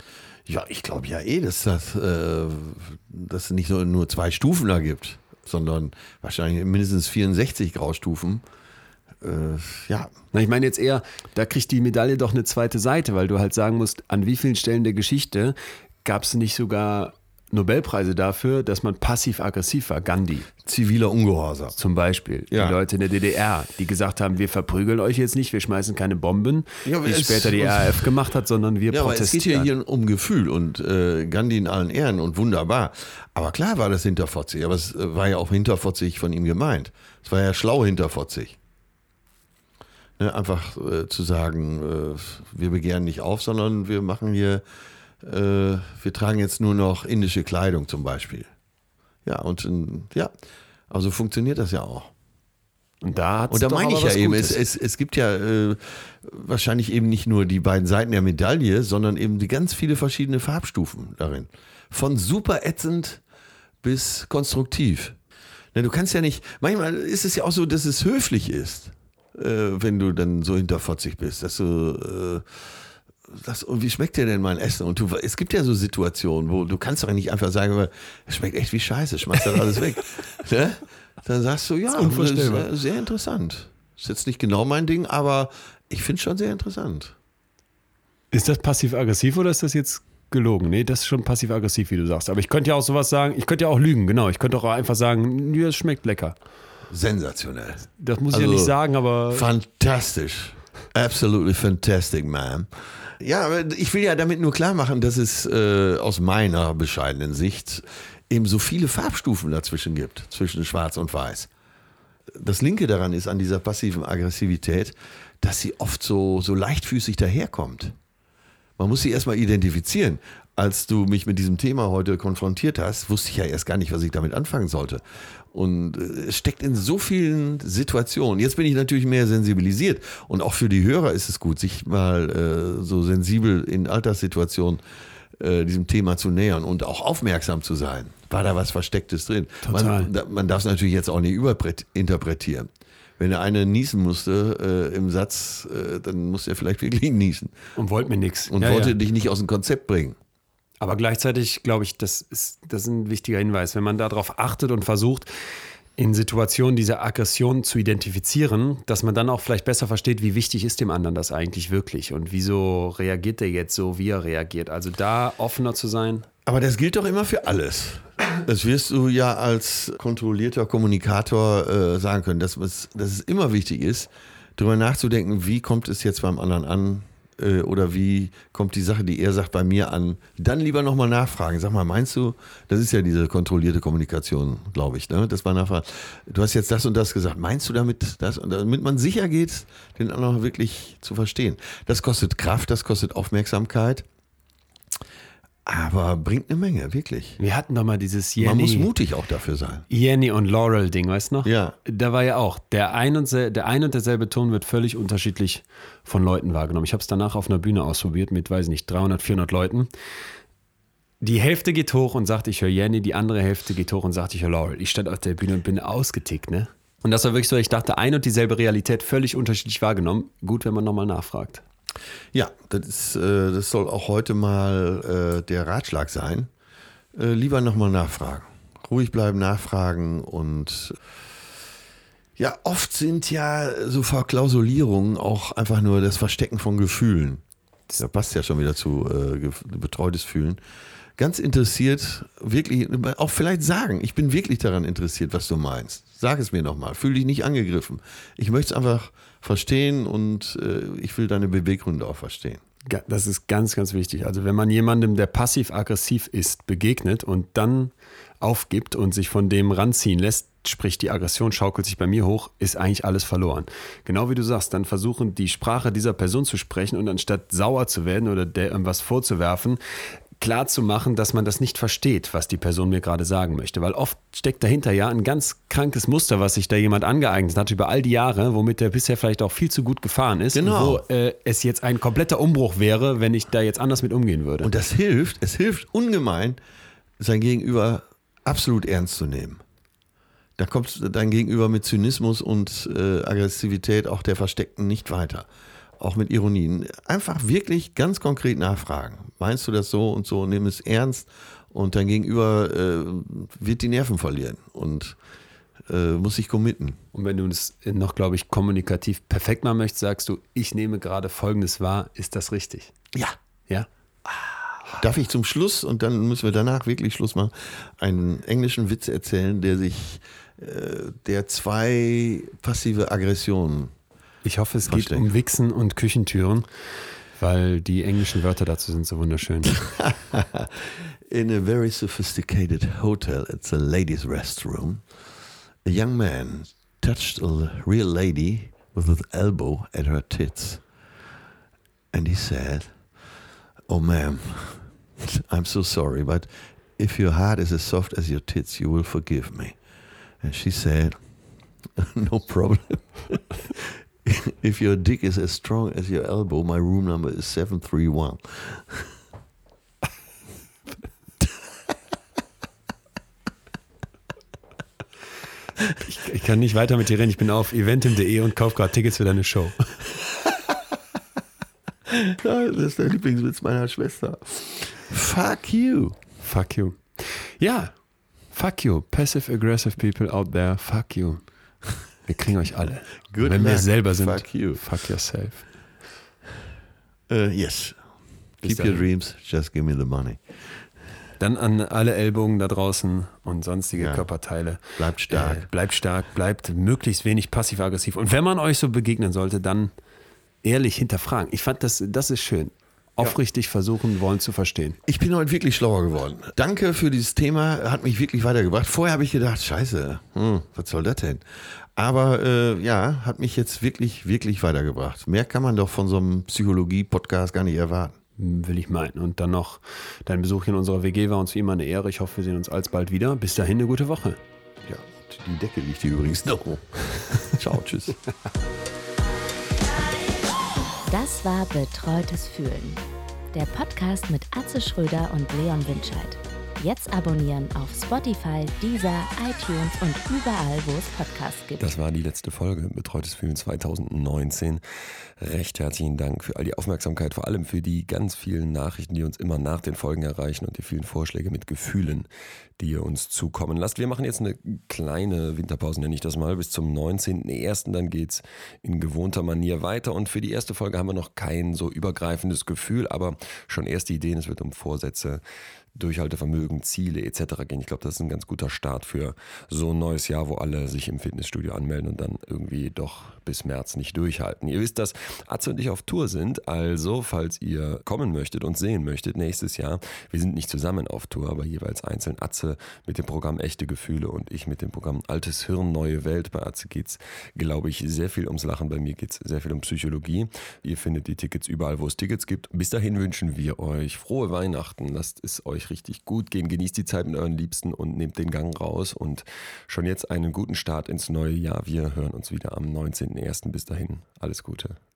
Ja, ich glaube ja eh, dass das äh, dass es nicht so nur zwei Stufen da gibt, sondern wahrscheinlich mindestens vierundsechzig Graustufen. Äh, ja, Na, ich meine jetzt eher, da kriegt die Medaille doch eine zweite Seite, weil du halt sagen musst, an wie vielen Stellen der Geschichte gab es nicht sogar Nobelpreise dafür, dass man passiv-aggressiv war. Gandhi ziviler Ungehorsam. zum Beispiel. Ja. Die Leute in der D D R, die gesagt haben, wir verprügeln euch jetzt nicht, wir schmeißen keine Bomben, Ja, aber wie es- später die R A F gemacht hat, sondern wir Ja, aber es geht ja protestieren. hier um Gefühl und äh, Gandhi in allen Ehren und wunderbar. Aber klar war das hinterfotzig, aber es äh, war ja auch hinterfotzig von ihm gemeint. Es war ja schlau hinterfotzig. Ne, einfach äh, zu sagen, äh, wir begehren nicht auf, sondern wir machen hier, äh, wir tragen jetzt nur noch indische Kleidung zum Beispiel. Ja, und äh, ja, also funktioniert das ja auch. Und da, hat's Und da doch meine aber ich ja was eben, es, Gutes. es, es gibt ja äh, wahrscheinlich eben nicht nur die beiden Seiten der Medaille, sondern eben die ganz viele verschiedene Farbstufen darin. Von super ätzend bis konstruktiv. Na, du kannst ja nicht, manchmal ist es ja auch so, dass es höflich ist, äh, wenn du dann so hinterfotzig bist, dass du, äh, das, und wie schmeckt dir denn mein Essen? Und du, es gibt ja so Situationen, wo du kannst doch nicht einfach sagen, es schmeckt echt wie Scheiße, schmeiß das alles weg. Ne? Dann sagst du, ja, das ist unvorstellbar. Das ist sehr interessant. Ist jetzt nicht genau mein Ding, aber ich finde es schon sehr interessant. Ist das passiv-aggressiv oder ist das jetzt gelogen? Nee, das ist schon passiv-aggressiv, wie du sagst. Aber ich könnte ja auch sowas sagen, ich könnte ja auch lügen, genau. Ich könnte auch einfach sagen, ja, es schmeckt lecker. Sensationell. Das muss ich Also, ja nicht sagen, aber... Fantastisch. Absolutely fantastic, man. Ja, aber ich will ja damit nur klar machen, dass es äh, aus meiner bescheidenen Sicht eben so viele Farbstufen dazwischen gibt, zwischen Schwarz und Weiß. Das Linke daran ist an dieser passiven Aggressivität, dass sie oft so, so leichtfüßig daherkommt. Man muss sie erstmal identifizieren. Als du mich mit diesem Thema heute konfrontiert hast, wusste ich ja erst gar nicht, was ich damit anfangen sollte. Und es steckt in so vielen Situationen. Jetzt bin ich natürlich mehr sensibilisiert. Und auch für die Hörer ist es gut, sich mal äh, so sensibel in Alltagssituationen äh, diesem Thema zu nähern und auch aufmerksam zu sein. War da was Verstecktes drin? Total. Man, da, man darf es natürlich jetzt auch nicht überinterpretieren. Wenn der eine niesen musste äh, im Satz, äh, dann musste er vielleicht wirklich niesen. Und wollte mir nichts. Und ja, wollte ja. dich nicht aus dem Konzept bringen. Aber gleichzeitig, glaube ich, das ist, das ist ein wichtiger Hinweis. Wenn man darauf achtet und versucht, in Situationen diese Aggression zu identifizieren, dass man dann auch vielleicht besser versteht, wie wichtig ist dem anderen das eigentlich wirklich und wieso reagiert der jetzt so, wie er reagiert. Also da offener zu sein. Aber das gilt doch immer für alles. Das wirst du ja als kontrollierter Kommunikator äh, sagen können, dass es, dass es immer wichtig ist, darüber nachzudenken, wie kommt es jetzt beim anderen an äh, oder wie kommt die Sache, die er sagt, bei mir an. Dann lieber nochmal nachfragen. Sag mal, meinst du, das ist ja diese kontrollierte Kommunikation, glaube ich, ne? Das war nachfragen. Du hast jetzt das und das gesagt. Meinst du damit das? Und damit man sicher geht, den anderen wirklich zu verstehen. Das kostet Kraft, das kostet Aufmerksamkeit. Aber bringt eine Menge, wirklich. Wir hatten doch mal dieses Man muss Jenny, mutig auch dafür sein. Jenny und Laurel-Ding, weißt du noch? Ja. Da war ja auch, der ein, und sel- der ein und derselbe Ton wird völlig unterschiedlich von Leuten wahrgenommen. Ich habe es danach auf einer Bühne ausprobiert mit, weiß ich nicht, dreihundert, vierhundert Leuten. Die Hälfte geht hoch und sagt, ich höre Jenny, die andere Hälfte geht hoch und sagt, ich höre Laurel. Ich stand auf der Bühne und bin ausgetickt, ne? Und das war wirklich so, ich dachte, ein und dieselbe Realität völlig unterschiedlich wahrgenommen. Gut, wenn man nochmal nachfragt. Ja, das, ist, äh, das soll auch heute mal äh, der Ratschlag sein. Äh, lieber nochmal nachfragen. Ruhig bleiben, nachfragen und ja, oft sind ja so Verklausulierungen auch einfach nur das Verstecken von Gefühlen. Das passt ja schon wieder zu äh, ge- betreutes Fühlen. Ganz interessiert, wirklich, auch vielleicht sagen, ich bin wirklich daran interessiert, was du meinst. Sag es mir nochmal, fühl dich nicht angegriffen. Ich möchte es einfach verstehen und äh, ich will deine Beweggründe auch verstehen. Das ist ganz, ganz wichtig. Also wenn man jemandem, der passiv-aggressiv ist, begegnet und dann aufgibt und sich von dem ranziehen lässt, sprich die Aggression schaukelt sich bei mir hoch, ist eigentlich alles verloren. Genau wie du sagst, dann versuchen die Sprache dieser Person zu sprechen und anstatt sauer zu werden oder der irgendwas vorzuwerfen, klar zu machen, dass man das nicht versteht, was die Person mir gerade sagen möchte. Weil oft steckt dahinter ja ein ganz krankes Muster, was sich da jemand angeeignet hat über all die Jahre, womit der bisher vielleicht auch viel zu gut gefahren ist. Genau. Wo äh, es jetzt ein kompletter Umbruch wäre, wenn ich da jetzt anders mit umgehen würde. Und das hilft, es hilft ungemein, sein Gegenüber absolut ernst zu nehmen. Da kommt dein Gegenüber mit Zynismus und äh, Aggressivität auch der Versteckten nicht weiter. Auch mit Ironien. Einfach wirklich ganz konkret nachfragen. Meinst du das so und so? Nimm es ernst und dein Gegenüber äh, wird die Nerven verlieren und äh, muss sich committen. Und wenn du es noch, glaube ich, kommunikativ perfekt machen möchtest, sagst du, ich nehme gerade Folgendes wahr, ist das richtig? Ja. Ja? Darf ich zum Schluss, und dann müssen wir danach wirklich Schluss machen, einen englischen Witz erzählen, der sich, äh, der zwei passive Aggressionen. Ich hoffe, es Versteck. geht um Wichsen und Küchentüren, weil die englischen Wörter dazu sind so wunderschön. In a very sophisticated hotel, it's a ladies' restroom, a young man touched a real lady with his elbow at her tits. And he said, "Oh ma'am, I'm so sorry, but if your heart is as soft as your tits, you will forgive me." And she said, "No problem. If your dick is as strong as your elbow, my room number is seven three one. Ich, ich kann nicht weiter mit dir reden. Ich bin auf eventim punkt de und kaufe gerade Tickets für deine Show. Das ist der Lieblingswitz meiner Schwester. Fuck you. Fuck you. Ja, fuck you. Passive-aggressive people out there, fuck you. Wir kriegen euch alle. Good Wenn wir luck. selber sind, Fuck you. fuck yourself. Uh, yes. Bis Keep your dahin. dreams, just give me the money. Dann an alle Ellbogen da draußen und sonstige Ja. Körperteile. Bleibt stark. Äh, bleibt stark, bleibt möglichst wenig passiv-aggressiv. Und wenn man euch so begegnen sollte, dann ehrlich hinterfragen. Ich fand, das, das ist schön. Aufrichtig versuchen, wollen zu verstehen. Ich bin heute wirklich schlauer geworden. Danke für dieses Thema, hat mich wirklich weitergebracht. Vorher habe ich gedacht, scheiße, hm, was soll das denn? Aber äh, ja, hat mich jetzt wirklich, wirklich weitergebracht. Mehr kann man doch von so einem Psychologie-Podcast gar nicht erwarten. Will ich meinen. Und dann noch dein Besuch in unserer W G war uns wie immer eine Ehre. Ich hoffe, wir sehen uns alsbald wieder. Bis dahin eine gute Woche. Ja, die Decke liegt hier übrigens noch. Ciao, tschüss. Das war Betreutes Fühlen. Der Podcast mit Atze Schröder und Leon Winscheid. Jetzt abonnieren auf Spotify, Deezer, iTunes und überall, wo es Podcasts gibt. Das war die letzte Folge Betreutes Fühlen zwanzig neunzehn. Recht herzlichen Dank für all die Aufmerksamkeit, vor allem für die ganz vielen Nachrichten, die uns immer nach den Folgen erreichen und die vielen Vorschläge mit Gefühlen, die ihr uns zukommen lasst. Wir machen jetzt eine kleine Winterpause, nenne ich das mal, bis zum neunzehnten ersten Dann geht's in gewohnter Manier weiter und für die erste Folge haben wir noch kein so übergreifendes Gefühl, aber schon erste Ideen. Es wird um Vorsätze, Durchhaltevermögen, Ziele et cetera gehen. Ich glaube, das ist ein ganz guter Start für so ein neues Jahr, wo alle sich im Fitnessstudio anmelden und dann irgendwie doch bis März nicht durchhalten. Ihr wisst, dass Atze und ich auf Tour sind, also falls ihr kommen möchtet und sehen möchtet nächstes Jahr, wir sind nicht zusammen auf Tour, aber jeweils einzeln. Atze mit dem Programm Echte Gefühle und ich mit dem Programm Altes Hirn, Neue Welt. Bei Atze geht es, glaube ich, sehr viel ums Lachen, bei mir geht es sehr viel um Psychologie. Ihr findet die Tickets überall, wo es Tickets gibt. Bis dahin wünschen wir euch frohe Weihnachten, lasst es euch richtig gut gehen, genießt die Zeit mit euren Liebsten und nehmt den Gang raus und schon jetzt einen guten Start ins neue Jahr. Wir hören uns wieder am neunzehnten ersten Bis dahin, alles Gute.